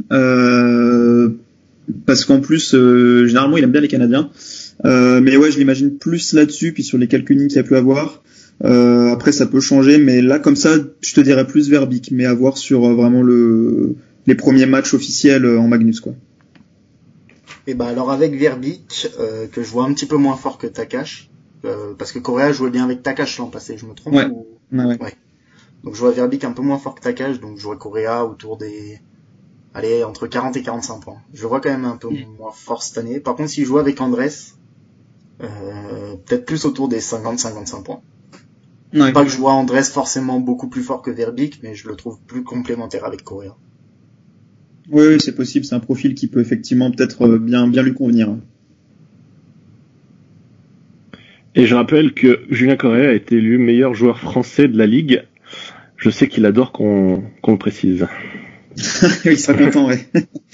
S3: parce qu'en plus, généralement, il aime bien les Canadiens. Mais ouais, je l'imagine plus là-dessus, puis sur les quelques lignes qu'il y a pu avoir. Après, ça peut changer, mais là, comme ça, je te dirais plus Verbeek, mais à voir sur vraiment les premiers matchs officiels en Magnus, quoi.
S2: Et bah alors avec Verbeek, que je vois un petit peu moins fort que Takash, parce que Correa jouait bien avec Takash l'an passé, je me trompe?
S3: Ouais.
S2: Ou...
S3: Ouais.
S2: Donc je vois Verbeek un peu moins fort que Takash, donc je vois Correa autour des... Allez, entre 40 et 45 points. Je le vois quand même un peu moins fort cette année. Par contre, s'il joue avec Andrés, peut-être plus autour des 50-55 points.
S3: Ouais.
S2: Pas que je vois Andrés forcément beaucoup plus fort que Verbeek, mais je le trouve plus complémentaire avec Correa.
S3: Oui, c'est possible, c'est un profil qui peut effectivement peut-être bien lui convenir.
S1: Et je rappelle que Julien Correa a été élu meilleur joueur français de la Ligue. Je sais qu'il adore qu'on le précise.
S3: Il sera content, ouais.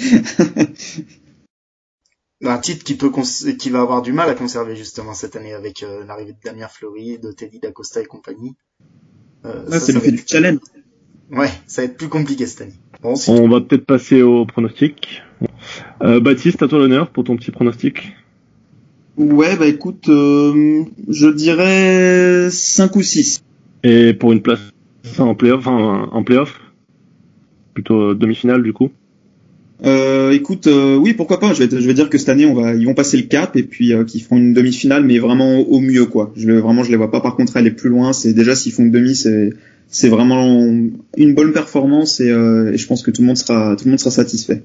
S2: Un titre qui va avoir du mal à conserver justement cette année avec l'arrivée de Damien Fleury, de Teddy D'Acosta et compagnie.
S3: Ça lui fait du challenge.
S2: Ouais, ça va être plus compliqué cette année. Bon,
S1: on va peut-être passer au pronostic. Baptiste, à toi l'honneur pour ton petit pronostic.
S3: Ouais, bah écoute, je dirais 5 ou 6.
S1: Et pour une place en play-off, plutôt demi-finale du coup.
S3: Écoute, oui, pourquoi pas. Je vais dire que cette année, ils vont passer le cap et puis qu'ils feront une demi-finale, mais vraiment au mieux, quoi. Je les vois pas. Par contre, aller plus loin. C'est déjà s'ils font une demi, c'est vraiment une bonne performance et je pense que tout le monde sera satisfait.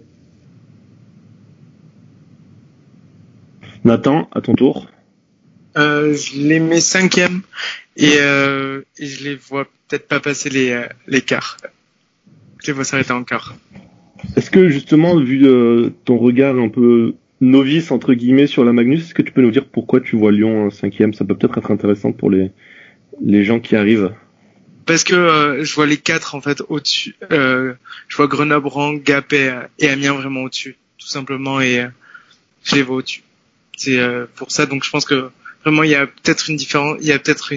S1: Nathan, à ton tour.
S5: Je les mets 5e et je les vois peut-être pas passer les quarts. Je les vois s'arrêter en quart.
S1: Est-ce que justement, vu ton regard un peu novice entre guillemets sur la Magnus, est-ce que tu peux nous dire pourquoi tu vois Lyon 5e? Ça peut peut-être être intéressant pour les gens qui arrivent.
S5: Parce que je vois les 4 en fait au-dessus. Je vois Grenoble, Rouen, Gap et Amiens vraiment au-dessus, tout simplement, et je les vois au-dessus. C'est pour ça, donc je pense que vraiment il y a peut-être une différence, il y a peut-être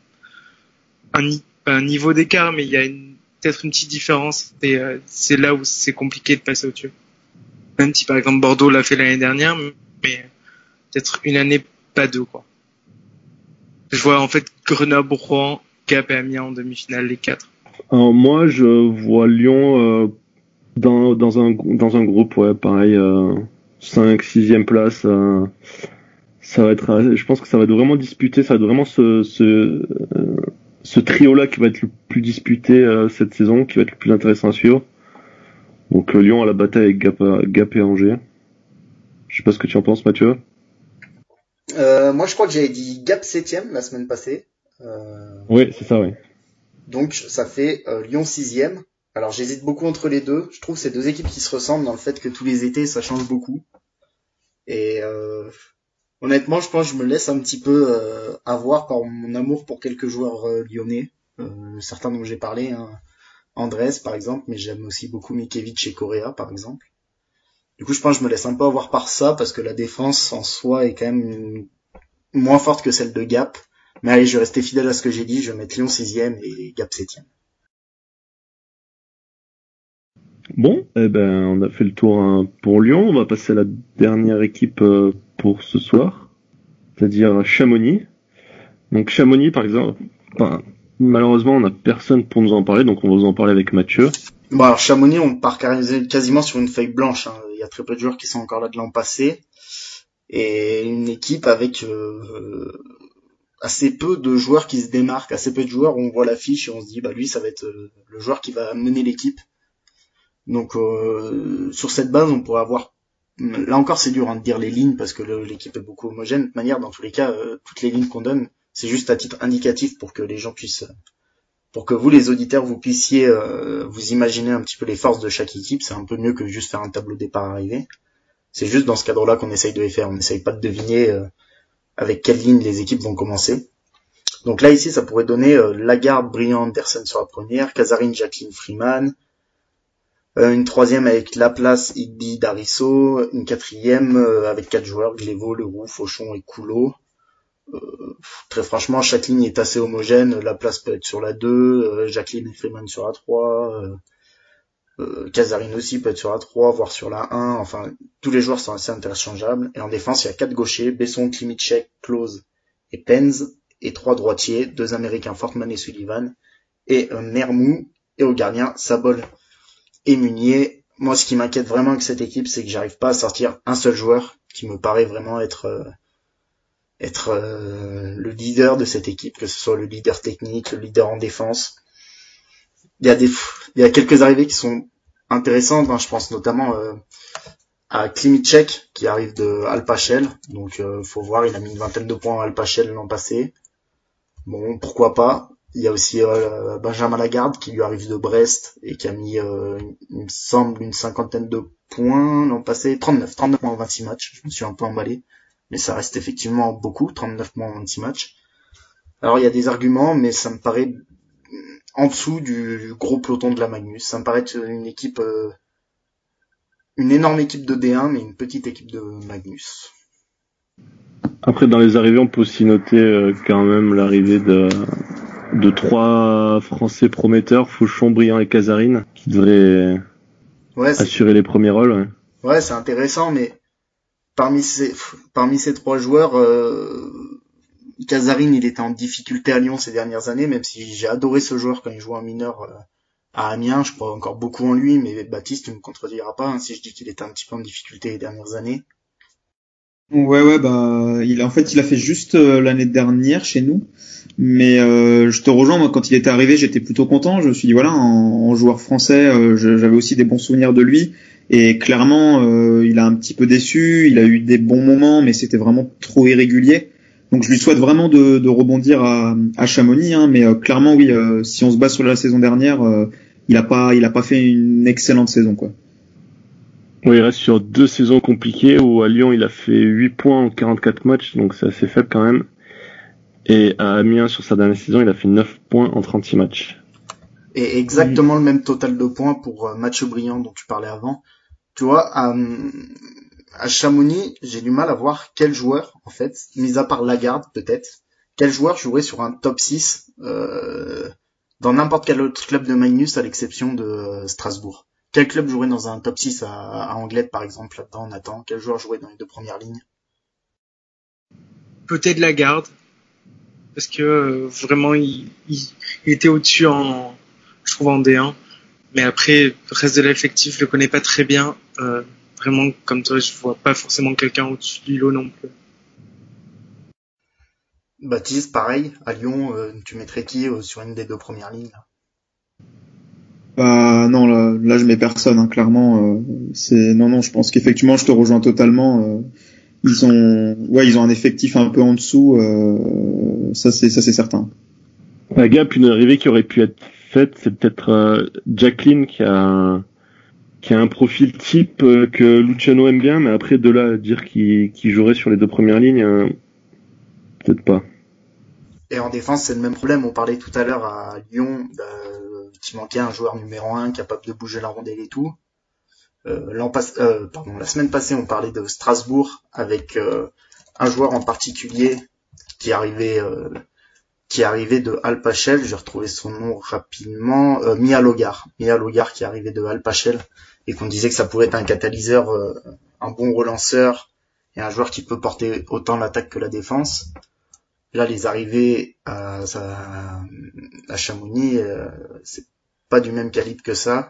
S5: un niveau d'écart, mais il y a peut-être une petite différence et c'est là où c'est compliqué de passer au-dessus. Même si par exemple Bordeaux l'a fait l'année dernière, mais peut-être une année, pas deux, quoi. Je vois en fait Grenoble, Rouen, Gap et Amiens en demi-finale, les 4.
S1: Alors moi, je vois Lyon dans un groupe, ouais, pareil, 5, 6e place. Ça va être, je pense que ça va être vraiment disputé, ça va être vraiment ce trio-là qui va être le plus disputé cette saison, qui va être le plus intéressant à suivre. Donc Lyon à la bataille avec Gap et Angers. Je sais pas ce que tu en penses, Mathieu.
S2: Moi, je crois que j'avais dit Gap 7e la semaine passée.
S1: Oui, c'est ça, oui.
S2: Donc, ça fait Lyon 6e. Alors, j'hésite beaucoup entre les deux. Je trouve que c'est deux équipes qui se ressemblent dans le fait que tous les étés, ça change beaucoup. Et honnêtement, je pense que je me laisse un petit peu avoir par mon amour pour quelques joueurs lyonnais. Certains dont j'ai parlé, hein. Andrés, par exemple, mais j'aime aussi beaucoup Mikevic et Correa, par exemple. Du coup, je pense que je me laisse un peu avoir par ça parce que la défense en soi est quand même moins forte que celle de Gap. Mais allez, je vais rester fidèle à ce que j'ai dit. Je vais mettre Lyon 6e et Gap 7e.
S1: Bon, on a fait le tour pour Lyon. On va passer à la dernière équipe pour ce soir, c'est-à-dire Chamonix. Donc Chamonix, par exemple, malheureusement, on n'a personne pour nous en parler, donc on va vous en parler avec Mathieu.
S2: Bon, alors Chamonix, on part quasiment sur une feuille blanche. Il y a très peu de joueurs qui sont encore là de l'an passé. Et une équipe avec assez peu de joueurs qui se démarquent, assez peu de joueurs où on voit l'affiche et on se dit, lui, ça va être le joueur qui va mener l'équipe. Donc sur cette base, on pourrait avoir... Là encore, c'est dur de dire les lignes parce que l'équipe est beaucoup homogène. De toute manière, dans tous les cas, toutes les lignes qu'on donne, c'est juste à titre indicatif pour que les gens puissent... Pour que vous, les auditeurs, vous puissiez vous imaginer un petit peu les forces de chaque équipe. C'est un peu mieux que juste faire un tableau départ arrivé. C'est juste dans ce cadre-là qu'on essaye de les faire. On n'essaye pas de deviner avec quelle ligne les équipes vont commencer. Donc là, ici, ça pourrait donner Lagarde, Briand, Anderson sur la première, Casarine, Jacqueline, Freeman, une troisième avec Laplace, Higby, Darisso, une quatrième avec 4 joueurs, Glévaux, Leroux, Fauchon et Coulot. Très franchement, chaque ligne est assez homogène. Laplace peut être sur la 2, Jacqueline et Freeman sur la 3, Casarine aussi peut être sur la 3, voire sur la 1. Enfin, tous les joueurs sont assez interchangeables. Et en défense, il y a 4 gauchers, Besson, Klimitschek, Klose et Penz, et 3 droitiers, 2 Américains, Fortman et Sullivan, et Mermou, et au gardien, Sabol et Munier. Moi, ce qui m'inquiète vraiment avec cette équipe, c'est que j'arrive pas à sortir un seul joueur qui me paraît vraiment être le leader de cette équipe, que ce soit le leader technique, le leader en défense. Il y a quelques arrivées qui sont intéressantes, je pense notamment à Klimitschek qui arrive de Alpachel, donc faut voir, il a mis une vingtaine de points à Alpachel l'an passé. Bon, pourquoi pas. Il y a aussi Benjamin Lagarde qui lui arrive de Brest et qui a mis, il me semble, une cinquantaine de points l'an passé, 39 points en 26 matchs. Je me suis un peu emballé, mais ça reste effectivement beaucoup, 39 points en 26 matchs. Alors il y a des arguments, mais ça me paraît en dessous du gros peloton de la Magnus. Ça me paraît être une équipe, une énorme équipe de D1, mais une petite équipe de Magnus.
S1: Après, dans les arrivées, on peut aussi noter quand même l'arrivée de 3 Français prometteurs, Fauchon, Briand et Casarine, qui devraient assurer les premiers rôles.
S2: Ouais, c'est intéressant, mais parmi ces 3 joueurs, Casarine, il était en difficulté à Lyon ces dernières années, même si j'ai adoré ce joueur quand il jouait en mineur à Amiens. Je crois encore beaucoup en lui, mais Baptiste, tu me contrediras pas si je dis qu'il était un petit peu en difficulté les dernières années.
S3: Ouais, il a fait juste l'année dernière chez nous, mais je te rejoins. Moi, quand il était arrivé, j'étais plutôt content. Je me suis dit voilà, en joueur français, j'avais aussi des bons souvenirs de lui, et clairement, il a un petit peu déçu. Il a eu des bons moments, mais c'était vraiment trop irrégulier. Donc, je lui souhaite vraiment de rebondir à Chamonix, mais clairement, oui, si on se base sur la saison dernière, il a pas fait une excellente saison, quoi.
S1: Oui, il reste sur 2 saisons compliquées où à Lyon il a fait 8 points en 44 matchs, donc c'est assez faible quand même. Et à Amiens, sur sa dernière saison, il a fait 9 points en 36 matchs.
S2: Et exactement le même total de points pour Mathieu Briand dont tu parlais avant. Tu vois, à Chamonix, j'ai du mal à voir quel joueur, en fait, mis à part Lagarde peut-être, quel joueur jouerait sur un top 6 dans n'importe quel autre club de Magnus à l'exception de Strasbourg. Quel club jouerait dans un top 6 à Anglet, par exemple, là-dedans, Nathan? Quel joueur jouerait dans les 2 premières lignes?
S5: Peut-être Lagarde, parce que vraiment, il était au-dessus je trouve en D1. Mais après, le reste de l'effectif, je le connais pas très bien. Vraiment, comme toi, je vois pas forcément quelqu'un au-dessus du lot non plus.
S2: Baptiste, pareil, à Lyon, tu mettrais qui sur une des 2 premières lignes là?
S3: Non, là je mets personne, clairement. Je pense qu'effectivement je te rejoins totalement. Ils ont un effectif un peu en dessous. Ça c'est certain.
S1: La Gap, une arrivée qui aurait pu être faite, c'est peut-être Jacqueline qui a un profil type que Luciano aime bien, mais après de là à dire qu'il jouerait sur les 2 premières lignes, peut-être pas.
S2: Et en défense, c'est le même problème. On parlait tout à l'heure à Lyon qu'il manquait un joueur numéro 1 capable de bouger la rondelle et tout. La semaine passée, on parlait de Strasbourg avec un joueur en particulier qui arrivait de Alpachel. J'ai retrouvé son nom rapidement. Mia Logar qui arrivait de Alpachel et qu'on disait que ça pourrait être un catalyseur, un bon relanceur et un joueur qui peut porter autant l'attaque que la défense. Là, les arrivées à Chamonix, c'est pas du même calibre que ça.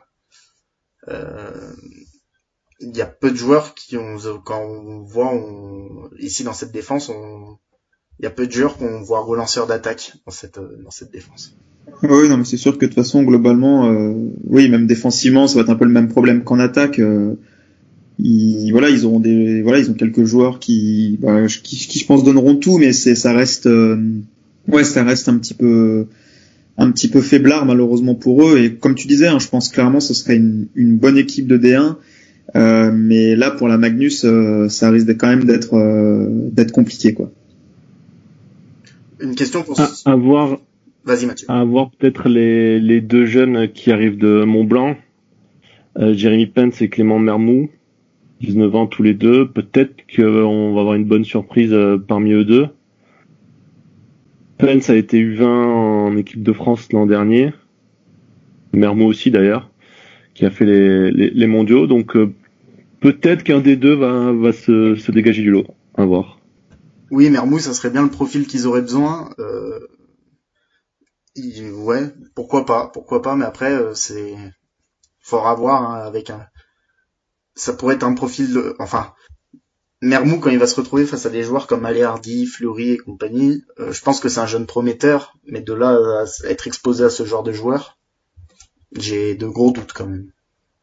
S2: Il y a peu de joueurs quand on voit ici dans cette défense, il y a peu de joueurs qu'on voit relanceurs d'attaque dans cette défense.
S3: Oui, non, mais c'est sûr que de toute façon, globalement, oui, même défensivement, ça va être un peu le même problème qu'en attaque. Ils ont quelques joueurs qui je pense donneront tout, mais ça reste un petit peu faiblard malheureusement pour eux. Et comme tu disais, je pense clairement ce serait une bonne équipe de D1. Mais là, pour la Magnus, ça risque quand même d'être compliqué, quoi.
S2: Une question pour
S1: voir.
S2: Vas-y, Mathieu.
S1: À voir peut-être les deux jeunes qui arrivent de Mont-Blanc, Jérémy Pence et Clément Mermoux, 19 ans tous les deux. Peut-être qu'on va avoir une bonne surprise parmi eux deux. Pence a été U20 en équipe de France l'an dernier. Mermoux aussi d'ailleurs, qui a fait les mondiaux. Donc peut-être qu'un des deux va se dégager du lot. À voir.
S2: Oui, Mermoux, ça serait bien le profil qu'ils auraient besoin. Ouais, pourquoi pas, mais après, c'est fort à voir, ça pourrait être un profil Mermoux, quand il va se retrouver face à des joueurs comme Ale Hardy, Fleury et compagnie, je pense que c'est un jeune prometteur, mais de là à être exposé à ce genre de joueurs, j'ai de gros doutes quand même.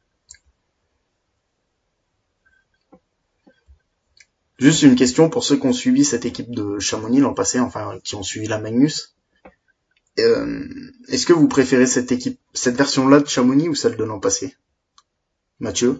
S2: Juste une question pour ceux qui ont suivi cette équipe de Chamonix l'an passé, qui ont suivi la Magnus. Est-ce que vous préférez cette version-là de Chamonix ou celle de l'an passé, Mathieu?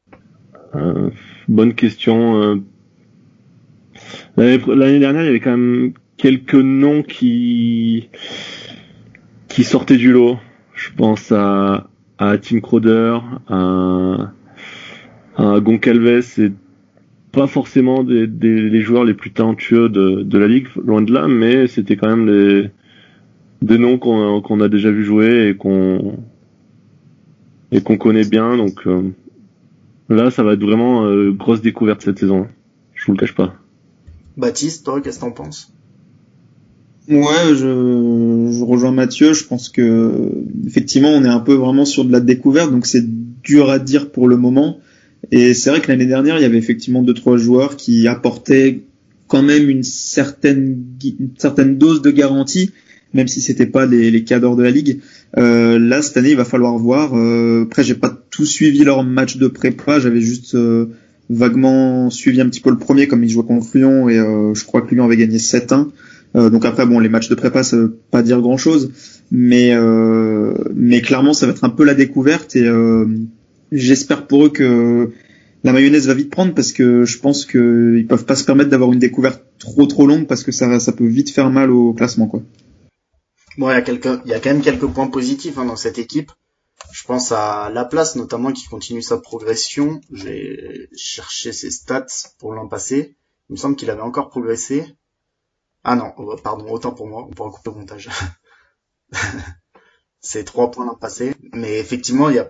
S1: Bonne question. L'année dernière, il y avait quand même quelques noms qui sortaient du lot. Je pense à Tim Crowder, à Goncalves, et pas forcément les joueurs les plus talentueux de la ligue, loin de là, mais c'était quand même des noms qu'on a déjà vu jouer et qu'on connaît bien. Donc là, ça va être vraiment grosse découverte cette saison. Je vous le cache pas.
S2: Baptiste, toi, qu'est-ce que t'en penses?
S3: Ouais, je rejoins Mathieu. Je pense que effectivement, on est un peu vraiment sur de la découverte, donc c'est dur à dire pour le moment. Et c'est vrai que l'année dernière, il y avait effectivement 2-3 joueurs qui apportaient quand même une certaine dose de garantie, même si c'était pas les cadors de la ligue. Là, cette année, il va falloir voir. Après, j'ai pas tout suivi leur match de prépa, j'avais juste vaguement suivi un petit peu le premier, comme ils jouaient contre Lyon, et je crois que Lyon avait gagné 7-1. Donc après, bon, les matchs de prépa, ça veut pas dire grand-chose, mais clairement, ça va être un peu la découverte, et j'espère pour eux que la mayonnaise va vite prendre, parce que je pense qu'ils peuvent pas se permettre d'avoir une découverte trop longue, parce que ça peut vite faire mal au classement, quoi.
S2: Bon, il y a quand même quelques points positifs dans cette équipe. Je pense à Laplace notamment, qui continue sa progression. J'ai cherché ses stats pour l'an passé. Il me semble qu'il avait encore progressé. Ah non, pardon, autant pour moi, on pourra couper au montage. C'est 3 points l'an passé. Mais effectivement, il y a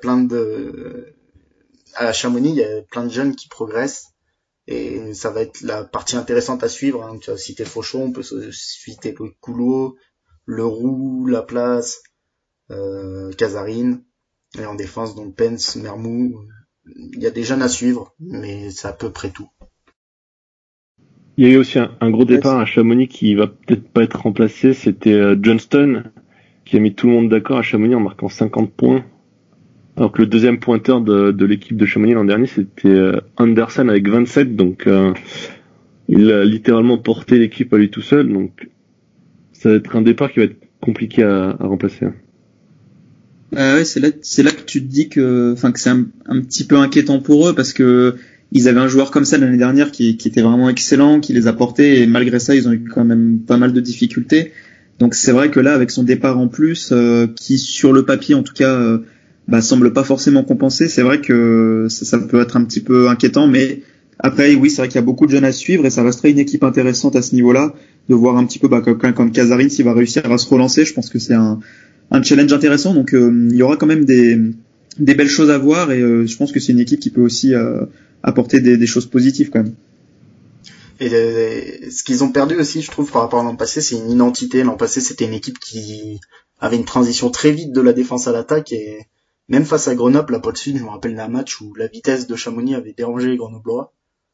S2: à Chamonix, il y a plein de jeunes qui progressent. Et ça va être la partie intéressante à suivre. Tu as cité Fauchon, on peut citer Loïc Coulot, Leroux, Laplace, Casarine. Et en défense, donc Pence, Mermoux. Il y a des jeunes à suivre, mais c'est à peu près tout.
S1: Il y a eu aussi un gros départ à Chamonix qui va peut-être pas être remplacé. C'était Johnston, qui a mis tout le monde d'accord à Chamonix en marquant 50 points. Alors que le deuxième pointeur de l'équipe de Chamonix l'an dernier, c'était Anderson avec 27. Donc il a littéralement porté l'équipe à lui tout seul. Donc ça va être un départ qui va être compliqué à remplacer.
S3: Ouais, c'est là que tu te dis que c'est un petit peu inquiétant pour eux, parce que ils avaient un joueur comme ça l'année dernière qui était vraiment excellent, qui les a portés, et malgré ça, ils ont eu quand même pas mal de difficultés. Donc c'est vrai que là, avec son départ en plus, qui sur le papier en tout cas semble pas forcément compenser. C'est vrai que ça peut être un petit peu inquiétant, mais après, oui, c'est vrai qu'il y a beaucoup de jeunes à suivre et ça resterait une équipe intéressante à ce niveau-là, de voir un petit peu quelqu'un comme Casarin s'il va réussir à se relancer. Je pense que c'est un challenge intéressant. Donc il y aura quand même des belles choses à voir et je pense que c'est une équipe qui peut aussi apporter des choses positives quand même.
S2: Et ce qu'ils ont perdu aussi, je trouve, par rapport à l'an passé, c'est une identité. L'an passé, c'était une équipe qui avait une transition très vite de la défense à l'attaque et même face à Grenoble, la Pôle Sud, je me rappelle d'un match où la vitesse de Chamonix avait dérangé les Grenoblois.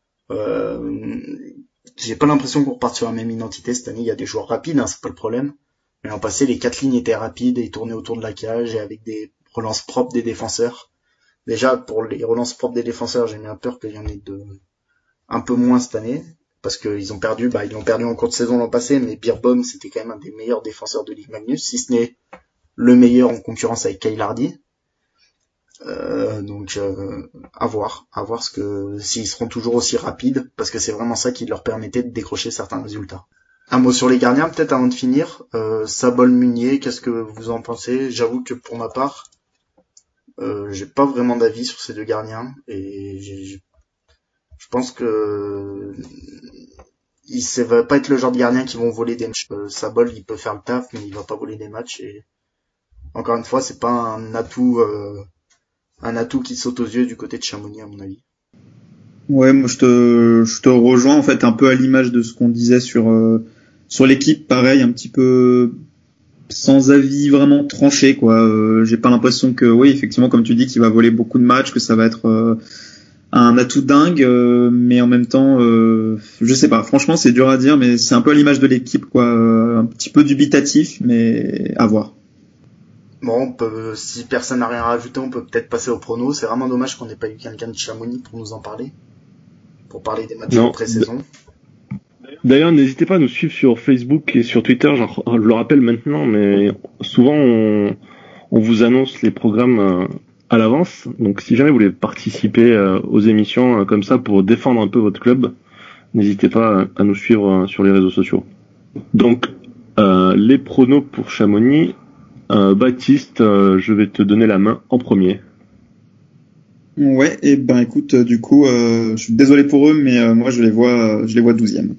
S2: J'ai pas l'impression qu'on reparte sur la même identité cette année. Il y a des joueurs rapides, hein, c'est pas le problème. Mais l'an passé, les 4 lignes étaient rapides et tournaient autour de la cage et avec des relances propres des défenseurs. Déjà, pour les relances propres des défenseurs, j'ai bien peur qu'il y en ait un peu moins cette année. Parce qu'ils l'ont perdu en cours de saison l'an passé, mais Beerbohm, c'était quand même un des meilleurs défenseurs de Ligue Magnus, si ce n'est le meilleur en concurrence avec Kyle Hardy. Donc à voir s'ils seront toujours aussi rapides, parce que c'est vraiment ça qui leur permettait de décrocher certains résultats. Un mot sur les gardiens, peut-être avant de finir. Sabol Munier, qu'est-ce que vous en pensez? J'avoue que pour ma part, j'ai pas vraiment d'avis sur ces deux gardiens, et je pense que ça va pas être le genre de gardien qui vont voler des matchs. Sabol, il peut faire le taf, mais il va pas voler des matchs. Et encore une fois, c'est pas un atout qui saute aux yeux du côté de Chamonix, à mon avis.
S3: Ouais, moi je te rejoins en fait un peu à l'image de ce qu'on disait sur l'équipe, pareil, un petit peu sans avis vraiment tranché quoi. J'ai pas l'impression que oui, effectivement comme tu dis qu'il va voler beaucoup de matchs, que ça va être un atout dingue, mais en même temps, je sais pas. Franchement, c'est dur à dire, mais c'est un peu à l'image de l'équipe, quoi. Un petit peu dubitatif, mais à voir.
S2: Bon, si personne n'a rien à rajouter, on peut peut-être passer au prono. C'est vraiment dommage qu'on n'ait pas eu quelqu'un de Chamonix pour nous en parler, pour parler des matchs de pré-saison.
S1: D'ailleurs, n'hésitez pas à nous suivre sur Facebook et sur Twitter. Je le rappelle maintenant, mais souvent on vous annonce les programmes à l'avance. Donc si jamais vous voulez participer aux émissions comme ça pour défendre un peu votre club, n'hésitez pas à nous suivre sur les réseaux sociaux. Donc les pronos pour Chamonix, Baptiste, je vais te donner la main en premier.
S3: Ouais, et ben écoute, du coup, je suis désolé pour eux, mais moi je les vois 12e.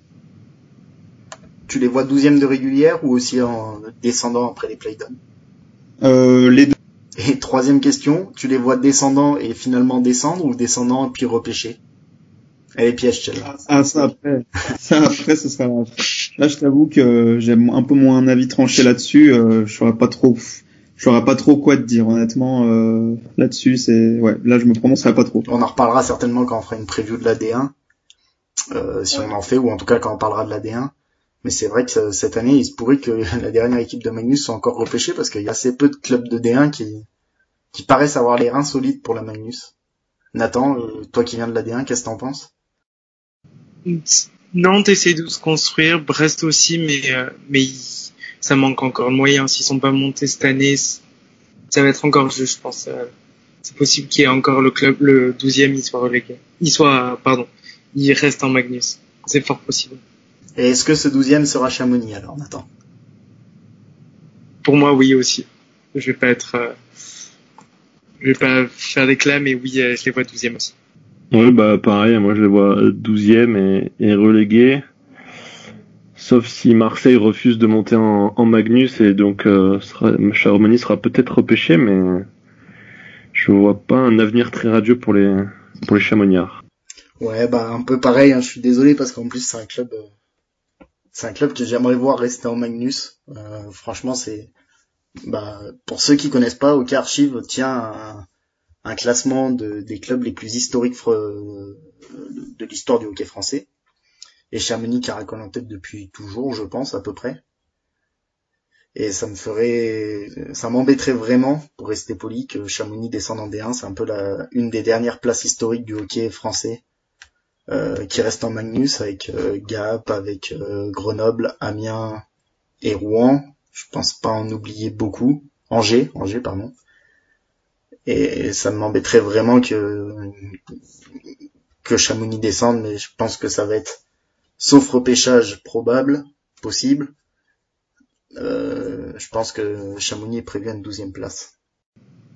S2: Tu les vois 12e de régulière ou aussi en descendant après les playdowns?
S3: Les deux.
S2: Et troisième question, tu les vois descendant et finalement descendre ou descendant puis repêcher? Elle est piège, celle-là.
S3: Ça après, ce sera. Là, je t'avoue que j'ai un peu moins un avis tranché là-dessus. Je saurais pas trop quoi te dire, honnêtement. Là-dessus, là, je me prononcerai pas trop.
S2: On en reparlera certainement quand on fera une preview de la D1, si on en fait, ou en tout cas quand on parlera de la D1. Mais c'est vrai que cette année, il se pourrait que la dernière équipe de Magnus soit encore repêchée parce qu'il y a assez peu de clubs de D1 qui paraissent avoir les reins solides pour la Magnus. Nathan, toi qui viens de la D1, qu'est-ce que t'en penses?
S5: Nantes essaie de se construire, Brest aussi, mais ça manque encore de moyens. S'ils sont pas montés cette année, ça va être encore jeu, je pense. C'est possible qu'il y ait encore le club, le 12e, il soit relégué. Il reste en Magnus. C'est fort possible.
S2: Et est-ce que ce 12e sera Chamonix alors, Nathan?
S5: Pour moi, oui aussi. Je vais pas faire d'éclat, mais oui, je les vois 12e aussi.
S1: Oui, pareil, moi je les vois 12e et relégués. Sauf si Marseille refuse de monter en Magnus et donc Chamonix sera peut-être repêché, mais je vois pas un avenir très radieux pour les Chamonniards.
S2: Ouais, un peu pareil, hein, je suis désolé parce qu'en plus c'est un club que j'aimerais voir rester en Magnus. Franchement, pour ceux qui connaissent pas, OK Archive tient un classement des clubs les plus historiques de l'histoire du hockey français. Et Chamonix caracole en tête depuis toujours, je pense, à peu près. Et ça m'embêterait vraiment, pour rester poli, que Chamonix descende en D1. C'est un peu une des dernières places historiques du hockey français, qui reste en Magnus avec Gap, avec Grenoble, Amiens et Rouen. Je pense pas en oublier beaucoup. Angers, pardon. Et ça m'embêterait vraiment que Chamonix descende, mais je pense que ça va être, sauf repêchage possible, je pense que Chamonix est prévu à une 12e place.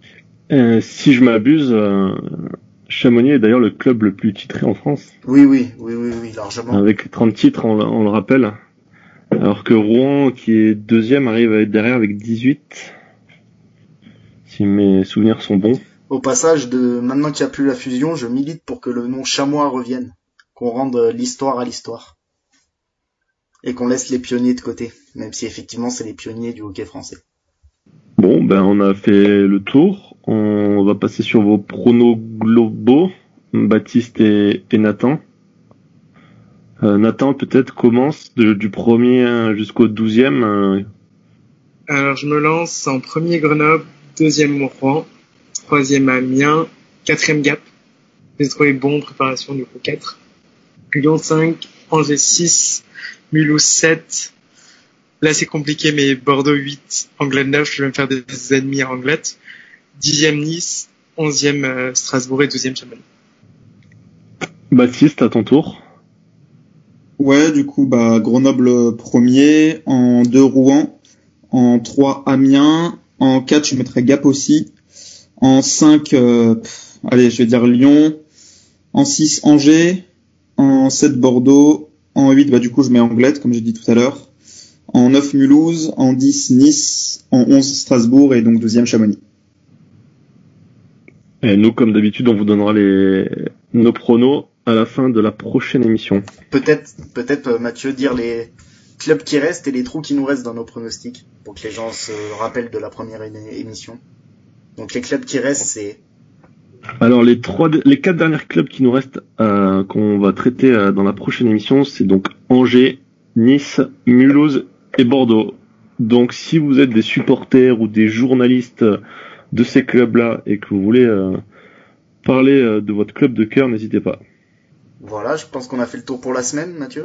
S1: Si je m'abuse, Chamonix est d'ailleurs le club le plus titré en France.
S2: Oui, largement.
S1: Avec 30 titres, on le rappelle. Alors que Rouen, qui est deuxième, arrive à être derrière avec 18. Si mes souvenirs sont bons.
S2: Au passage, maintenant qu'il n'y a plus la fusion, je milite pour que le nom Chamois revienne. Qu'on rende l'histoire à l'histoire. Et qu'on laisse les pionniers de côté. Même si effectivement c'est les pionniers du hockey français.
S1: Bon, on a fait le tour. On va passer sur vos pronos globaux, Baptiste et Nathan. Nathan, peut-être commence du premier jusqu'au 12e.
S5: Alors, je me lance en premier Grenoble, deuxième Rouen, troisième Amiens, quatrième Gap. J'ai trouvé bon, préparation du coup 4. Lyon 5, Angers 6, Mulhouse 7. Là, c'est compliqué, mais Bordeaux 8, Anglet 9. Je vais me faire des ennemis à Anglet. 10e Nice, 11e Strasbourg et 12e Chamonix.
S1: Baptiste, à ton tour.
S3: Ouais, du coup, Grenoble premier, en 2 Rouen, en 3 Amiens, en 4 je mettrais Gap aussi, en 5, je vais dire Lyon, en 6 Angers, en 7 Bordeaux, en 8 du coup je mets Anglet comme j'ai dit tout à l'heure, en 9 Mulhouse, en 10 Nice, en 11 Strasbourg et donc 12e Chamonix.
S1: Et nous, comme d'habitude, on vous donnera nos pronos à la fin de la prochaine émission.
S2: Peut-être Mathieu, dire les clubs qui restent et les trous qui nous restent dans nos pronostics, pour que les gens se rappellent de la première émission. Donc les clubs qui restent, c'est...
S1: Alors les 4 derniers clubs qui nous restent, qu'on va traiter dans la prochaine émission, c'est donc Angers, Nice, Mulhouse et Bordeaux. Donc si vous êtes des supporters ou des journalistes de ces clubs-là et que vous voulez parler de votre club de cœur, n'hésitez pas.
S2: Voilà, je pense qu'on a fait le tour pour la semaine, Mathieu.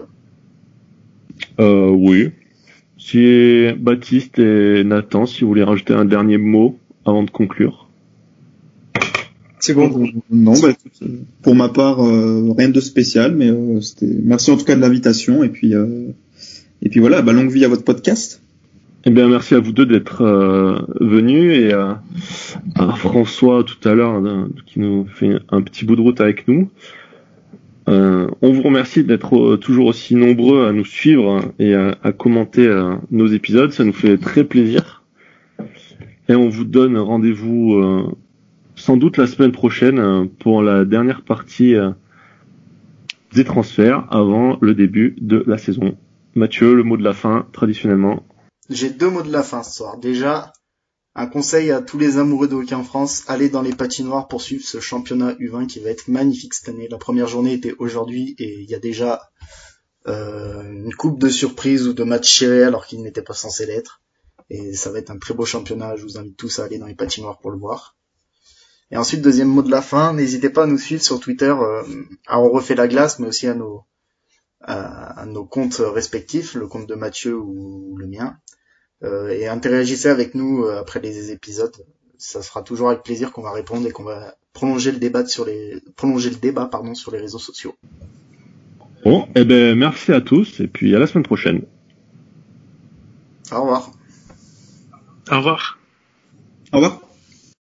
S1: Oui. Si Baptiste et Nathan, si vous voulez rajouter un dernier mot avant de conclure.
S5: C'est bon.
S3: Non, pour ma part, rien de spécial, mais merci en tout cas de l'invitation et puis voilà, longue vie à votre podcast.
S1: Eh bien, merci à vous deux d'être venus et à François tout à l'heure qui nous fait un petit bout de route avec nous. On vous remercie d'être toujours aussi nombreux à nous suivre et à commenter nos épisodes. Ça nous fait très plaisir. Et on vous donne rendez-vous sans doute la semaine prochaine pour la dernière partie des transferts avant le début de la saison. Mathieu, le mot de la fin, traditionnellement.
S2: J'ai 2 mots de la fin ce soir. Déjà, un conseil à tous les amoureux de hockey en France, allez dans les patinoires pour suivre ce championnat U20 qui va être magnifique cette année. La première journée était aujourd'hui et il y a déjà une coupe de surprise ou de matchs serrés alors qu'il n'était pas censé l'être. Et ça va être un très beau championnat, je vous invite tous à aller dans les patinoires pour le voir. Et ensuite, deuxième mot de la fin, n'hésitez pas à nous suivre sur Twitter, On refait la glace, mais aussi à nos comptes respectifs, le compte de Mathieu ou le mien. Et interagissez avec nous après les épisodes. Ça sera toujours avec plaisir qu'on va répondre et qu'on va prolonger le débat sur les réseaux sociaux.
S1: Bon, merci à tous et puis à la semaine prochaine.
S2: Au revoir.
S5: Au revoir.
S3: Au revoir.